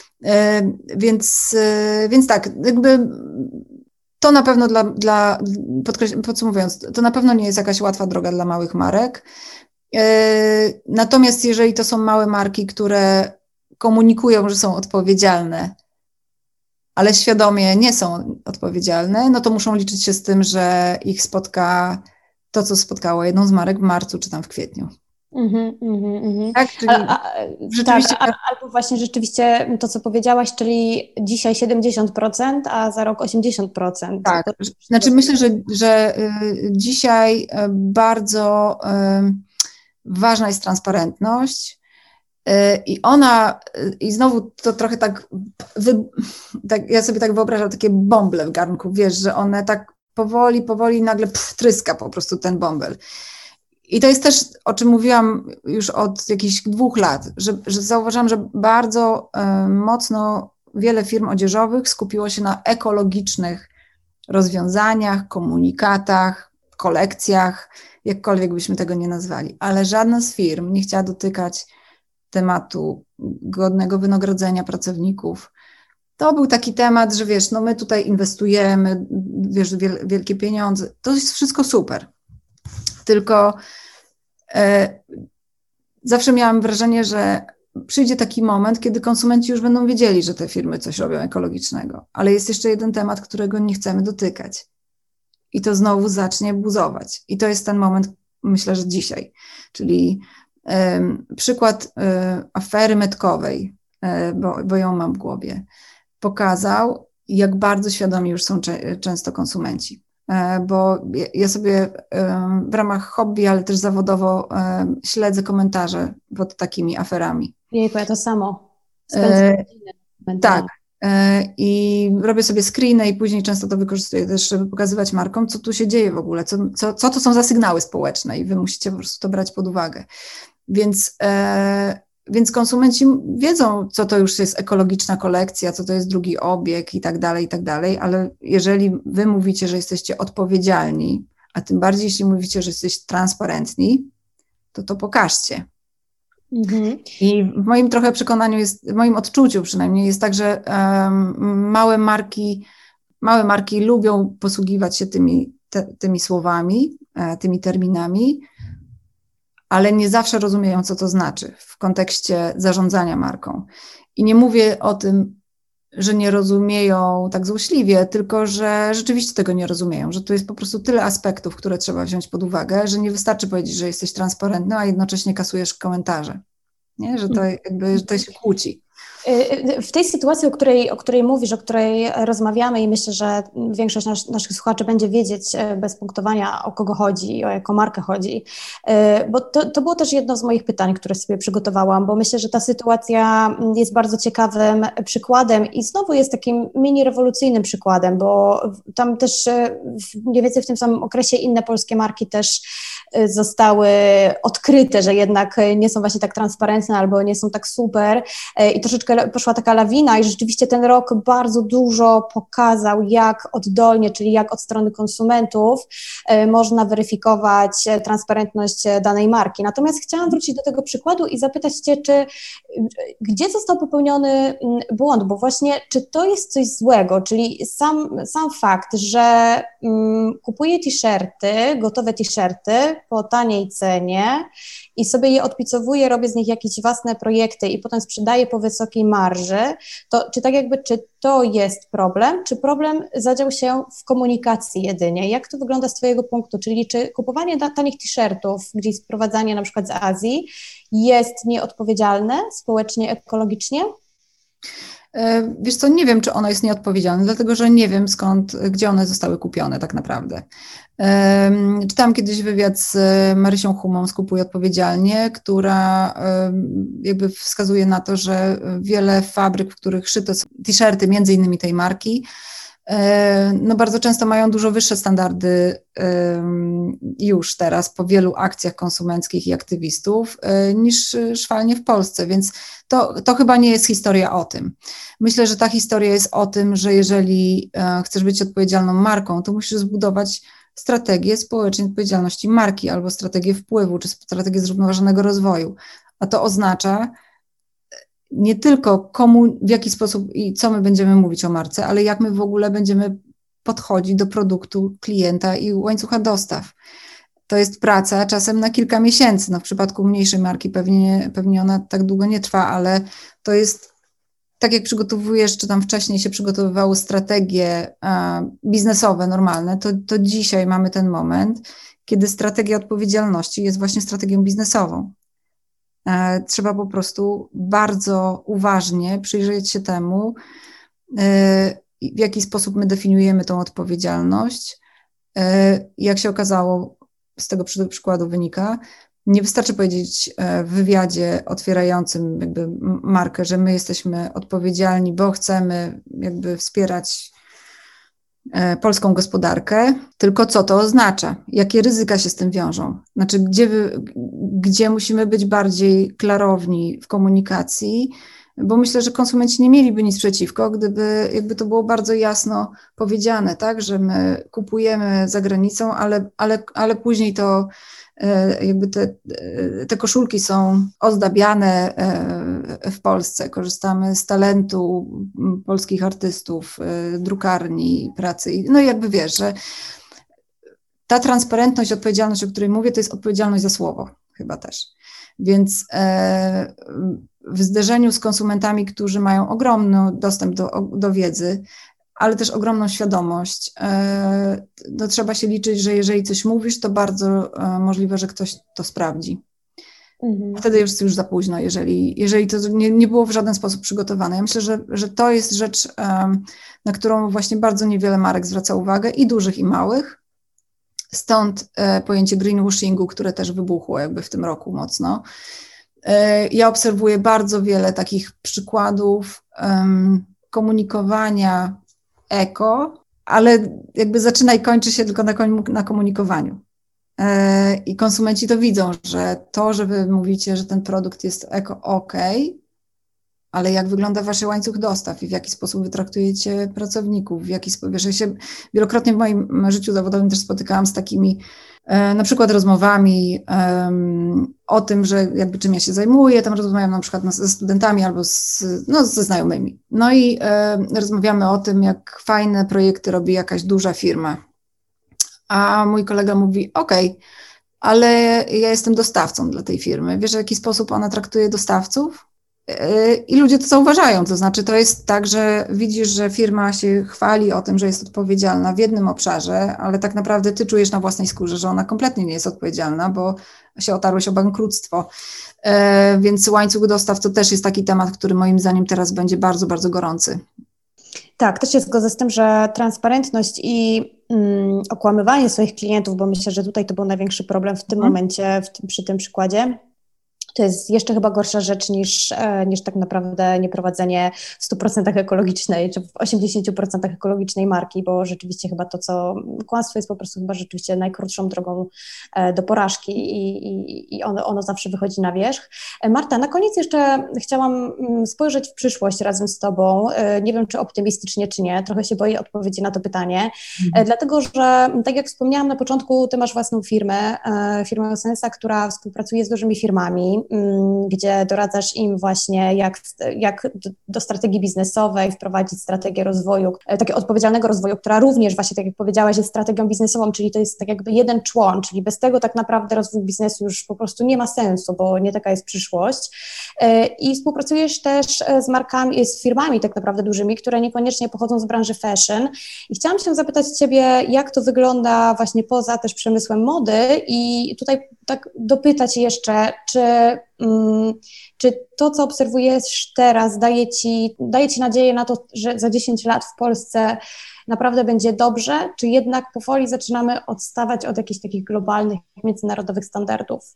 Więc tak, jakby to na pewno podsumowując, to na pewno nie jest jakaś łatwa droga dla małych marek. Natomiast jeżeli to są małe marki, które komunikują, że są odpowiedzialne, ale świadomie nie są odpowiedzialne, no to muszą liczyć się z tym, że ich spotka to, co spotkało jedną z marek w marcu czy tam w kwietniu. Tak, czyli rzeczywiście... Tak, albo właśnie rzeczywiście to, co powiedziałaś, czyli dzisiaj 70%, a za rok 80%. Tak, znaczy myślę, że dzisiaj bardzo ważna jest transparentność i znowu to trochę tak ja sobie tak wyobrażam takie bąble w garnku, wiesz, że one tak powoli nagle tryska po prostu ten bąbel. I to jest też, o czym mówiłam już od jakichś 2 lat, że zauważam, że bardzo mocno wiele firm odzieżowych skupiło się na ekologicznych rozwiązaniach, komunikatach, kolekcjach, jakkolwiek byśmy tego nie nazwali. Ale żadna z firm nie chciała dotykać tematu godnego wynagrodzenia pracowników. To był taki temat, że wiesz, no my tutaj inwestujemy, wiesz, wielkie pieniądze. To jest wszystko super. Tylko zawsze miałam wrażenie, że przyjdzie taki moment, kiedy konsumenci już będą wiedzieli, że te firmy coś robią ekologicznego. Ale jest jeszcze jeden temat, którego nie chcemy dotykać. I to znowu zacznie buzować. I to jest ten moment, myślę, że dzisiaj. Czyli przykład afery metkowej, bo ją mam w głowie, pokazał, jak bardzo świadomi już są często konsumenci. Bo ja sobie w ramach hobby, ale też zawodowo śledzę komentarze pod takimi aferami. Jejku, ja to samo. Spędzam godziny. Tak. I robię sobie screeny i później często to wykorzystuję też, żeby pokazywać markom, co tu się dzieje w ogóle, co to są za sygnały społeczne i wy musicie po prostu to brać pod uwagę. Więc konsumenci wiedzą, co to już jest ekologiczna kolekcja, co to jest drugi obieg i tak dalej, ale jeżeli wy mówicie, że jesteście odpowiedzialni, a tym bardziej jeśli mówicie, że jesteście transparentni, to pokażcie. I w moim trochę przekonaniu w moim odczuciu przynajmniej jest tak, że małe marki lubią posługiwać się tymi słowami, tymi terminami, ale nie zawsze rozumieją, co to znaczy w kontekście zarządzania marką. I nie mówię o tym, że nie rozumieją tak złośliwie, tylko że rzeczywiście tego nie rozumieją, że tu jest po prostu tyle aspektów, które trzeba wziąć pod uwagę, że nie wystarczy powiedzieć, że jesteś transparentny, a jednocześnie kasujesz komentarze. Nie? Że to jakby że to się kłóci. W tej sytuacji, o której mówisz, o której rozmawiamy i myślę, że większość naszych słuchaczy będzie wiedzieć bez punktowania, o kogo chodzi, o jaką markę chodzi, bo to było też jedno z moich pytań, które sobie przygotowałam, bo myślę, że ta sytuacja jest bardzo ciekawym przykładem i znowu jest takim mini rewolucyjnym przykładem, bo tam też mniej więcej w tym samym okresie inne polskie marki też zostały odkryte, że jednak nie są właśnie tak transparentne albo nie są tak super i troszeczkę poszła taka lawina i rzeczywiście ten rok bardzo dużo pokazał, jak oddolnie, czyli jak od strony konsumentów można weryfikować transparentność danej marki. Natomiast chciałam wrócić do tego przykładu i zapytać Cię, gdzie został popełniony błąd, bo właśnie czy to jest coś złego, czyli sam fakt, że kupuję t-shirty, gotowe t-shirty po taniej cenie i sobie je odpicowuję, robię z nich jakieś własne projekty i potem sprzedaję po wysokiej marży, to czy to jest problem, czy problem zadział się w komunikacji jedynie? Jak to wygląda z Twojego punktu? Czyli czy kupowanie tanich t-shirtów, gdzieś sprowadzanie na przykład z Azji jest nieodpowiedzialne społecznie, ekologicznie? Wiesz co, nie wiem, czy ono jest nieodpowiedzialne, dlatego że nie wiem gdzie one zostały kupione tak naprawdę. Czytałam kiedyś wywiad z Marysią Humą z Kupuj Odpowiedzialnie, która jakby wskazuje na to, że wiele fabryk, w których szyte są t-shirty, między innymi tej marki, no bardzo często mają dużo wyższe standardy już teraz po wielu akcjach konsumenckich i aktywistów niż szwalnie w Polsce, więc to chyba nie jest historia o tym. Myślę, że ta historia jest o tym, że jeżeli chcesz być odpowiedzialną marką, to musisz zbudować strategię społecznej odpowiedzialności marki albo strategię wpływu, czy strategię zrównoważonego rozwoju. A to oznacza nie tylko komu, w jaki sposób i co my będziemy mówić o marce, ale jak my w ogóle będziemy podchodzić do produktu klienta i łańcucha dostaw. To jest praca czasem na kilka miesięcy. No w przypadku mniejszej marki pewnie ona tak długo nie trwa, ale to jest tak jak przygotowujesz, czy tam wcześniej się przygotowywały strategie biznesowe normalne, to dzisiaj mamy ten moment, kiedy strategia odpowiedzialności jest właśnie strategią biznesową. Trzeba po prostu bardzo uważnie przyjrzeć się temu, w jaki sposób my definiujemy tą odpowiedzialność. Jak się okazało, z tego przykładu wynika, nie wystarczy powiedzieć w wywiadzie otwierającym jakby markę, że my jesteśmy odpowiedzialni, bo chcemy jakby wspierać polską gospodarkę, tylko co to oznacza? Jakie ryzyka się z tym wiążą? Znaczy, gdzie musimy być bardziej klarowni w komunikacji, bo myślę, że konsumenci nie mieliby nic przeciwko, gdyby jakby to było bardzo jasno powiedziane, tak, że my kupujemy za granicą, ale później to jakby te koszulki są ozdabiane w Polsce, korzystamy z talentu polskich artystów, drukarni, pracy. No i jakby wiesz, że ta transparentność, odpowiedzialność, o której mówię, to jest odpowiedzialność za słowo chyba też. Więc w zderzeniu z konsumentami, którzy mają ogromny dostęp do wiedzy, ale też ogromną świadomość, no trzeba się liczyć, że jeżeli coś mówisz, to bardzo możliwe, że ktoś to sprawdzi. Wtedy jest już za późno, jeżeli to nie było w żaden sposób przygotowane. Ja myślę, że to jest rzecz, na którą właśnie bardzo niewiele marek zwraca uwagę, i dużych, i małych. Stąd pojęcie greenwashingu, które też wybuchło jakby w tym roku mocno. Ja obserwuję bardzo wiele takich przykładów komunikowania eko, ale jakby zaczyna i kończy się tylko na komunikowaniu. I konsumenci to widzą, że to, że wy mówicie, że ten produkt jest eko, okej, ale jak wygląda wasz łańcuch dostaw i w jaki sposób wy traktujecie pracowników, w jaki sposób, że się wielokrotnie w moim życiu zawodowym też spotykałam z takimi na przykład rozmowami o tym, że jakby czym ja się zajmuję, tam rozmawiam na przykład ze studentami albo ze znajomymi. No i rozmawiamy o tym, jak fajne projekty robi jakaś duża firma. A mój kolega mówi, okej, ale ja jestem dostawcą dla tej firmy. Wiesz, w jaki sposób ona traktuje dostawców? I ludzie to zauważają, to znaczy to jest tak, że widzisz, że firma się chwali o tym, że jest odpowiedzialna w jednym obszarze, ale tak naprawdę ty czujesz na własnej skórze, że ona kompletnie nie jest odpowiedzialna, bo się otarłeś o bankructwo. Więc łańcuch dostaw to też jest taki temat, który moim zdaniem teraz będzie bardzo, bardzo gorący. Tak, też się zgodzę z tym, że transparentność i okłamywanie swoich klientów, bo myślę, że tutaj to był największy problem w tym momencie, przy tym przykładzie. To jest jeszcze chyba gorsza rzecz niż tak naprawdę nieprowadzenie w 100% ekologicznej, czy w 80% ekologicznej marki, bo rzeczywiście chyba kłamstwo jest po prostu chyba rzeczywiście najkrótszą drogą do porażki i ono zawsze wychodzi na wierzch. Marta, na koniec jeszcze chciałam spojrzeć w przyszłość razem z Tobą. Nie wiem, czy optymistycznie, czy nie. Trochę się boję odpowiedzi na to pytanie, dlatego że tak jak wspomniałam na początku, Ty masz własną firmę Sensa, która współpracuje z dużymi firmami, gdzie doradzasz im właśnie, jak do strategii biznesowej wprowadzić strategię rozwoju, takiego odpowiedzialnego rozwoju, która również właśnie, tak jak powiedziałaś, jest strategią biznesową, czyli to jest tak jakby jeden człon, czyli bez tego tak naprawdę rozwój biznesu już po prostu nie ma sensu, bo nie taka jest przyszłość. I współpracujesz też z markami, z firmami tak naprawdę dużymi, które niekoniecznie pochodzą z branży fashion. I chciałam się zapytać Ciebie, jak to wygląda właśnie poza też przemysłem mody i tutaj tak dopytać jeszcze, czy to, co obserwujesz teraz, daje ci nadzieję na to, że za 10 lat w Polsce naprawdę będzie dobrze, czy jednak powoli zaczynamy odstawać od jakichś takich globalnych, międzynarodowych standardów?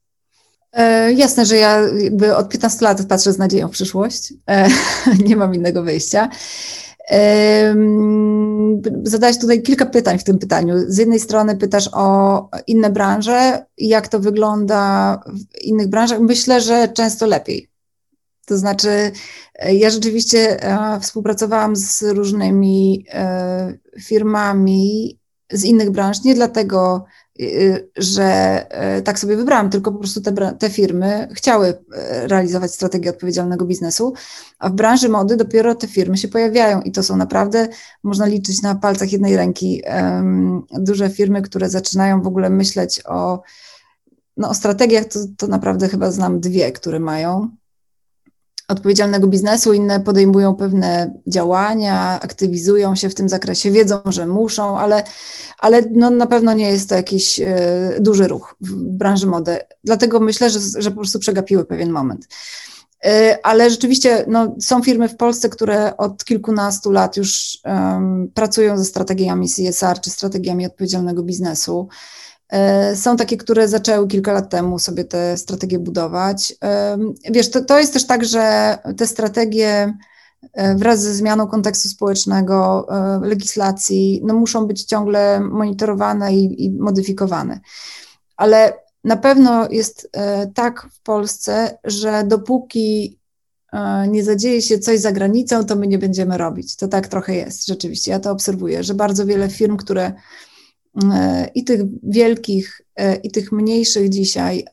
Jasne, że ja jakby od 15 lat patrzę z nadzieją w przyszłość. Nie mam innego wyjścia. Zadałaś tutaj kilka pytań w tym pytaniu. Z jednej strony pytasz o inne branże i jak to wygląda w innych branżach. Myślę, że często lepiej. To znaczy, ja rzeczywiście współpracowałam z różnymi firmami z innych branż, nie dlatego, że tak sobie wybrałam, tylko po prostu te firmy chciały realizować strategię odpowiedzialnego biznesu, a w branży mody dopiero te firmy się pojawiają i to są naprawdę, można liczyć na palcach jednej ręki, duże firmy, które zaczynają w ogóle myśleć o strategiach, to naprawdę chyba znam 2, które mają odpowiedzialnego biznesu, inne podejmują pewne działania, aktywizują się w tym zakresie, wiedzą, że muszą, ale na pewno nie jest to jakiś duży ruch w branży mody. Dlatego myślę, że po prostu przegapiły pewien moment. Ale rzeczywiście są firmy w Polsce, które od kilkunastu lat już pracują ze strategiami CSR czy strategiami odpowiedzialnego biznesu. Są takie, które zaczęły kilka lat temu sobie te strategie budować. Wiesz, to jest też tak, że te strategie wraz ze zmianą kontekstu społecznego, legislacji, muszą być ciągle monitorowane i modyfikowane. Ale na pewno jest tak w Polsce, że dopóki nie zadzieje się coś za granicą, to my nie będziemy robić. To tak trochę jest rzeczywiście. Ja to obserwuję, że bardzo wiele firm, które i tych wielkich, i tych mniejszych dzisiaj,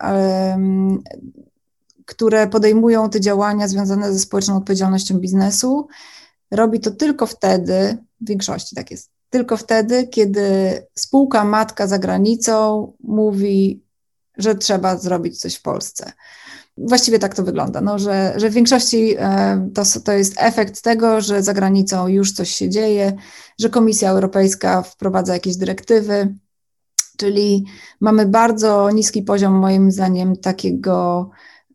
które podejmują te działania związane ze społeczną odpowiedzialnością biznesu, robi to tylko wtedy, w większości tak jest, tylko wtedy, kiedy spółka matka za granicą mówi, że trzeba zrobić coś w Polsce. Właściwie tak to wygląda, że w większości to jest efekt tego, że za granicą już coś się dzieje, że Komisja Europejska wprowadza jakieś dyrektywy, czyli mamy bardzo niski poziom, moim zdaniem, takiego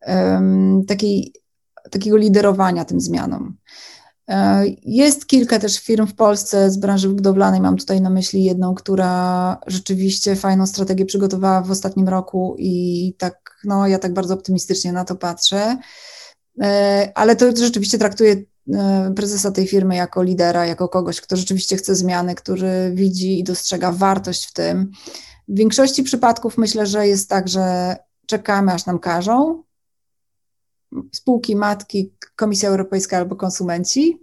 liderowania tym zmianom. Jest kilka też firm w Polsce z branży budowlanej, mam tutaj na myśli jedną, która rzeczywiście fajną strategię przygotowała w ostatnim roku i tak, ja tak bardzo optymistycznie na to patrzę, ale to rzeczywiście traktuję prezesa tej firmy jako lidera, jako kogoś, kto rzeczywiście chce zmiany, który widzi i dostrzega wartość w tym. W większości przypadków myślę, że jest tak, że czekamy, aż nam każą, spółki matki, Komisja Europejska albo konsumenci,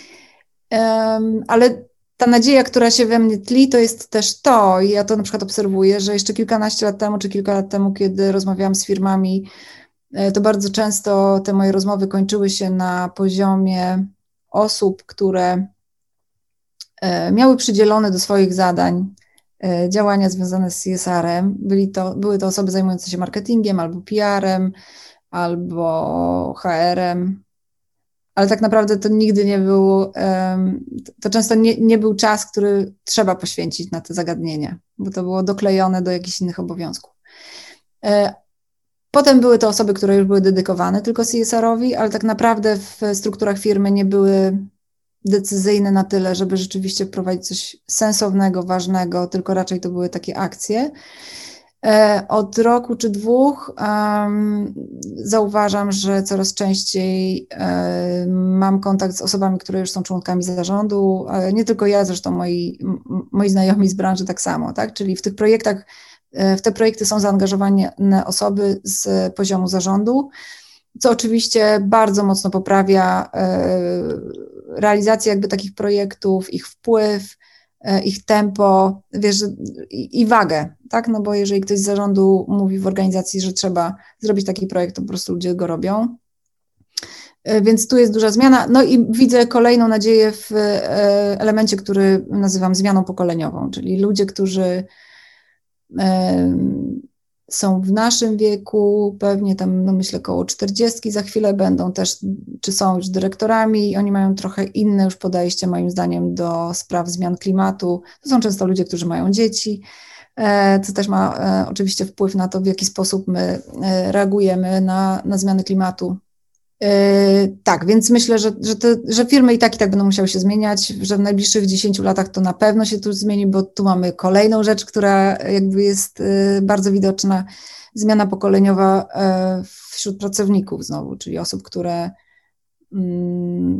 ale ta nadzieja, która się we mnie tli, to jest też to, i ja to na przykład obserwuję, że jeszcze kilkanaście lat temu, czy kilka lat temu, kiedy rozmawiałam z firmami, to bardzo często te moje rozmowy kończyły się na poziomie osób, które miały przydzielone do swoich zadań działania związane z CSR-em. Były to osoby zajmujące się marketingiem albo PR-em, albo HR-em, ale tak naprawdę to nigdy nie był, to często nie był czas, który trzeba poświęcić na te zagadnienia, bo to było doklejone do jakichś innych obowiązków. Potem były to osoby, które już były dedykowane tylko CSR-owi, ale tak naprawdę w strukturach firmy nie były decyzyjne na tyle, żeby rzeczywiście prowadzić coś sensownego, ważnego, tylko raczej to były takie akcje. Od roku czy 2 zauważam, że coraz częściej mam kontakt z osobami, które już są członkami zarządu, nie tylko ja, zresztą moi znajomi z branży tak samo, tak? Czyli w te projekty są zaangażowane osoby z poziomu zarządu, co oczywiście bardzo mocno poprawia realizację jakby takich projektów, ich wpływ, ich tempo, wiesz, i wagę, tak? No bo jeżeli ktoś z zarządu mówi w organizacji, że trzeba zrobić taki projekt, to po prostu ludzie go robią. Więc tu jest duża zmiana. No i widzę kolejną nadzieję w elemencie, który nazywam zmianą pokoleniową, czyli ludzie, którzy są w naszym wieku, pewnie tam, myślę, koło 40 za chwilę będą też, czy są już dyrektorami i oni mają trochę inne już podejście, moim zdaniem, do spraw zmian klimatu. To są często ludzie, którzy mają dzieci, co też ma oczywiście wpływ na to, w jaki sposób my reagujemy na zmiany klimatu. Tak, więc myślę, że firmy i tak będą musiały się zmieniać, że w najbliższych 10 latach to na pewno się tu zmieni, bo tu mamy kolejną rzecz, która jakby jest bardzo widoczna, zmiana pokoleniowa wśród pracowników znowu, czyli osób, które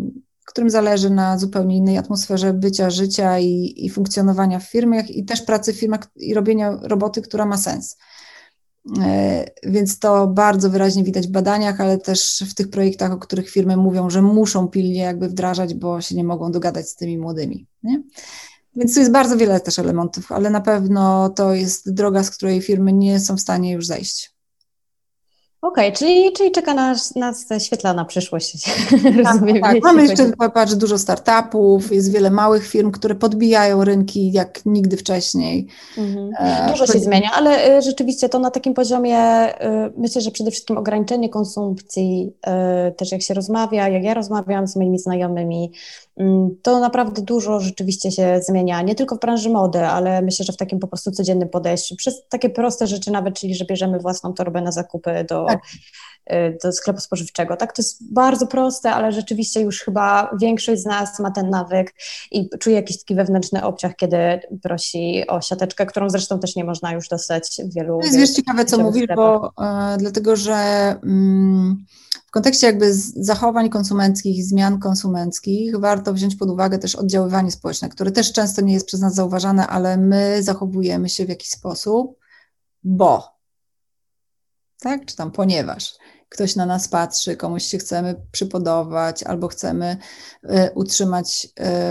którym zależy na zupełnie innej atmosferze bycia, życia i funkcjonowania w firmach i też pracy w firmach i robienia roboty, która ma sens. Więc to bardzo wyraźnie widać w badaniach, ale też w tych projektach, o których firmy mówią, że muszą pilnie jakby wdrażać, bo się nie mogą dogadać z tymi młodymi. Nie? Więc tu jest bardzo wiele też elementów, ale na pewno to jest droga, z której firmy nie są w stanie już zejść. Okej, czyli czeka nas świetlana przyszłość. Rozumiem, tak. Mamy jeszcze dużo startupów, jest wiele małych firm, które podbijają rynki jak nigdy wcześniej. Dużo się zmienia, ale rzeczywiście to na takim poziomie, myślę, że przede wszystkim ograniczenie konsumpcji, też jak się rozmawia, jak ja rozmawiam z moimi znajomymi, to naprawdę dużo rzeczywiście się zmienia, nie tylko w branży mody, ale myślę, że w takim po prostu codziennym podejściu, przez takie proste rzeczy nawet, czyli że bierzemy własną torbę na zakupy do sklepu spożywczego. Tak, to jest bardzo proste, ale rzeczywiście już chyba większość z nas ma ten nawyk i czuje jakiś taki wewnętrzny obciach, kiedy prosi o siateczkę, którą zresztą też nie można już dostać w wielu. To jest wiesz ciekawe, co mówisz, bo dlatego, że w kontekście jakby zachowań konsumenckich, zmian konsumenckich warto wziąć pod uwagę też oddziaływanie społeczne, które też często nie jest przez nas zauważane, ale my zachowujemy się w jakiś sposób, bo, tak, czy tam ponieważ ktoś na nas patrzy, komuś się chcemy przypodobać albo chcemy utrzymać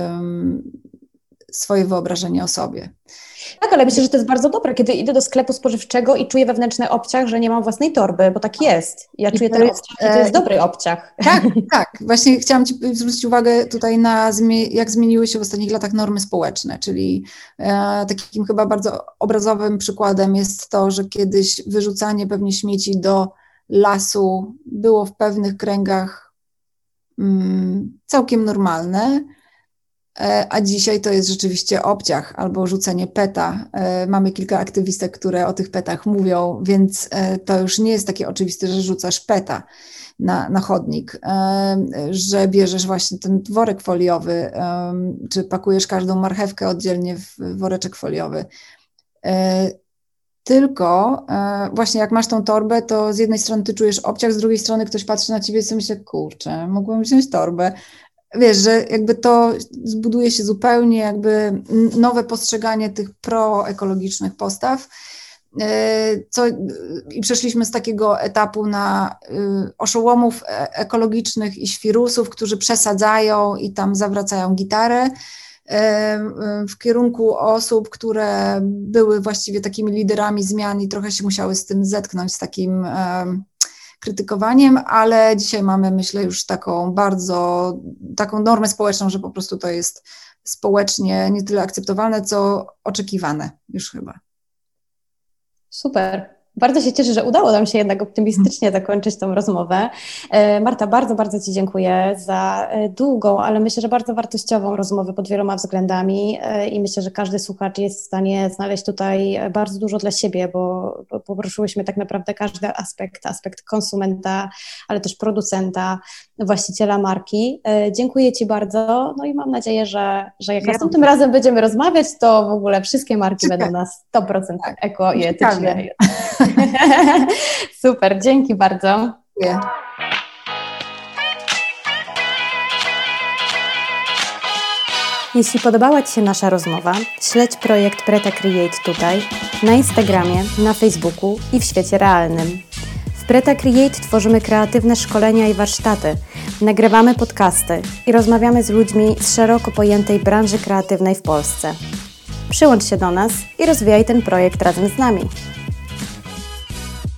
swoje wyobrażenie o sobie. Tak, ale myślę, że to jest bardzo dobre, kiedy idę do sklepu spożywczego i czuję wewnętrzny obciach, że nie mam własnej torby, bo tak jest. Ja czuję ten obciach i to jest dobry obciach. Tak. Właśnie chciałam Ci zwrócić uwagę tutaj na jak zmieniły się w ostatnich latach normy społeczne, czyli takim chyba bardzo obrazowym przykładem jest to, że kiedyś wyrzucanie pewnie śmieci do lasu było w pewnych kręgach całkiem normalne, a dzisiaj to jest rzeczywiście obciach albo rzucenie peta. Mamy kilka aktywistek, które o tych petach mówią, więc to już nie jest takie oczywiste, że rzucasz peta na chodnik, że bierzesz właśnie ten worek foliowy, czy pakujesz każdą marchewkę oddzielnie w woreczek foliowy. Tylko właśnie jak masz tą torbę, to z jednej strony ty czujesz obciach, z drugiej strony ktoś patrzy na ciebie i sobie myśli, kurczę, mogłam wziąć torbę. Wiesz, że jakby to zbuduje się zupełnie jakby nowe postrzeganie tych proekologicznych postaw. I przeszliśmy z takiego etapu na oszołomów ekologicznych i świrusów, którzy przesadzają i tam zawracają gitarę, w kierunku osób, które były właściwie takimi liderami zmian i trochę się musiały z tym zetknąć, z takim krytykowaniem, ale dzisiaj mamy, myślę, już taką normę społeczną, że po prostu to jest społecznie nie tyle akceptowalne, co oczekiwane już chyba. Super. Bardzo się cieszę, że udało nam się jednak optymistycznie zakończyć tą rozmowę. Marta, bardzo, bardzo Ci dziękuję za długą, ale myślę, że bardzo wartościową rozmowę pod wieloma względami i myślę, że każdy słuchacz jest w stanie znaleźć tutaj bardzo dużo dla siebie, bo poruszyłyśmy tak naprawdę każdy aspekt konsumenta, ale też producenta, właściciela marki. Dziękuję Ci bardzo, no i mam nadzieję, że jak następnym razem będziemy rozmawiać, to w ogóle wszystkie marki będą na 100% eko i etyczne. Super, dzięki bardzo. Dziękuję. Jeśli podobała Ci się nasza rozmowa, śledź projekt Preta Create tutaj, na Instagramie, na Facebooku i w świecie realnym. W Preta Create tworzymy kreatywne szkolenia i warsztaty, nagrywamy podcasty i rozmawiamy z ludźmi z szeroko pojętej branży kreatywnej w Polsce. Przyłącz się do nas i rozwijaj ten projekt razem z nami.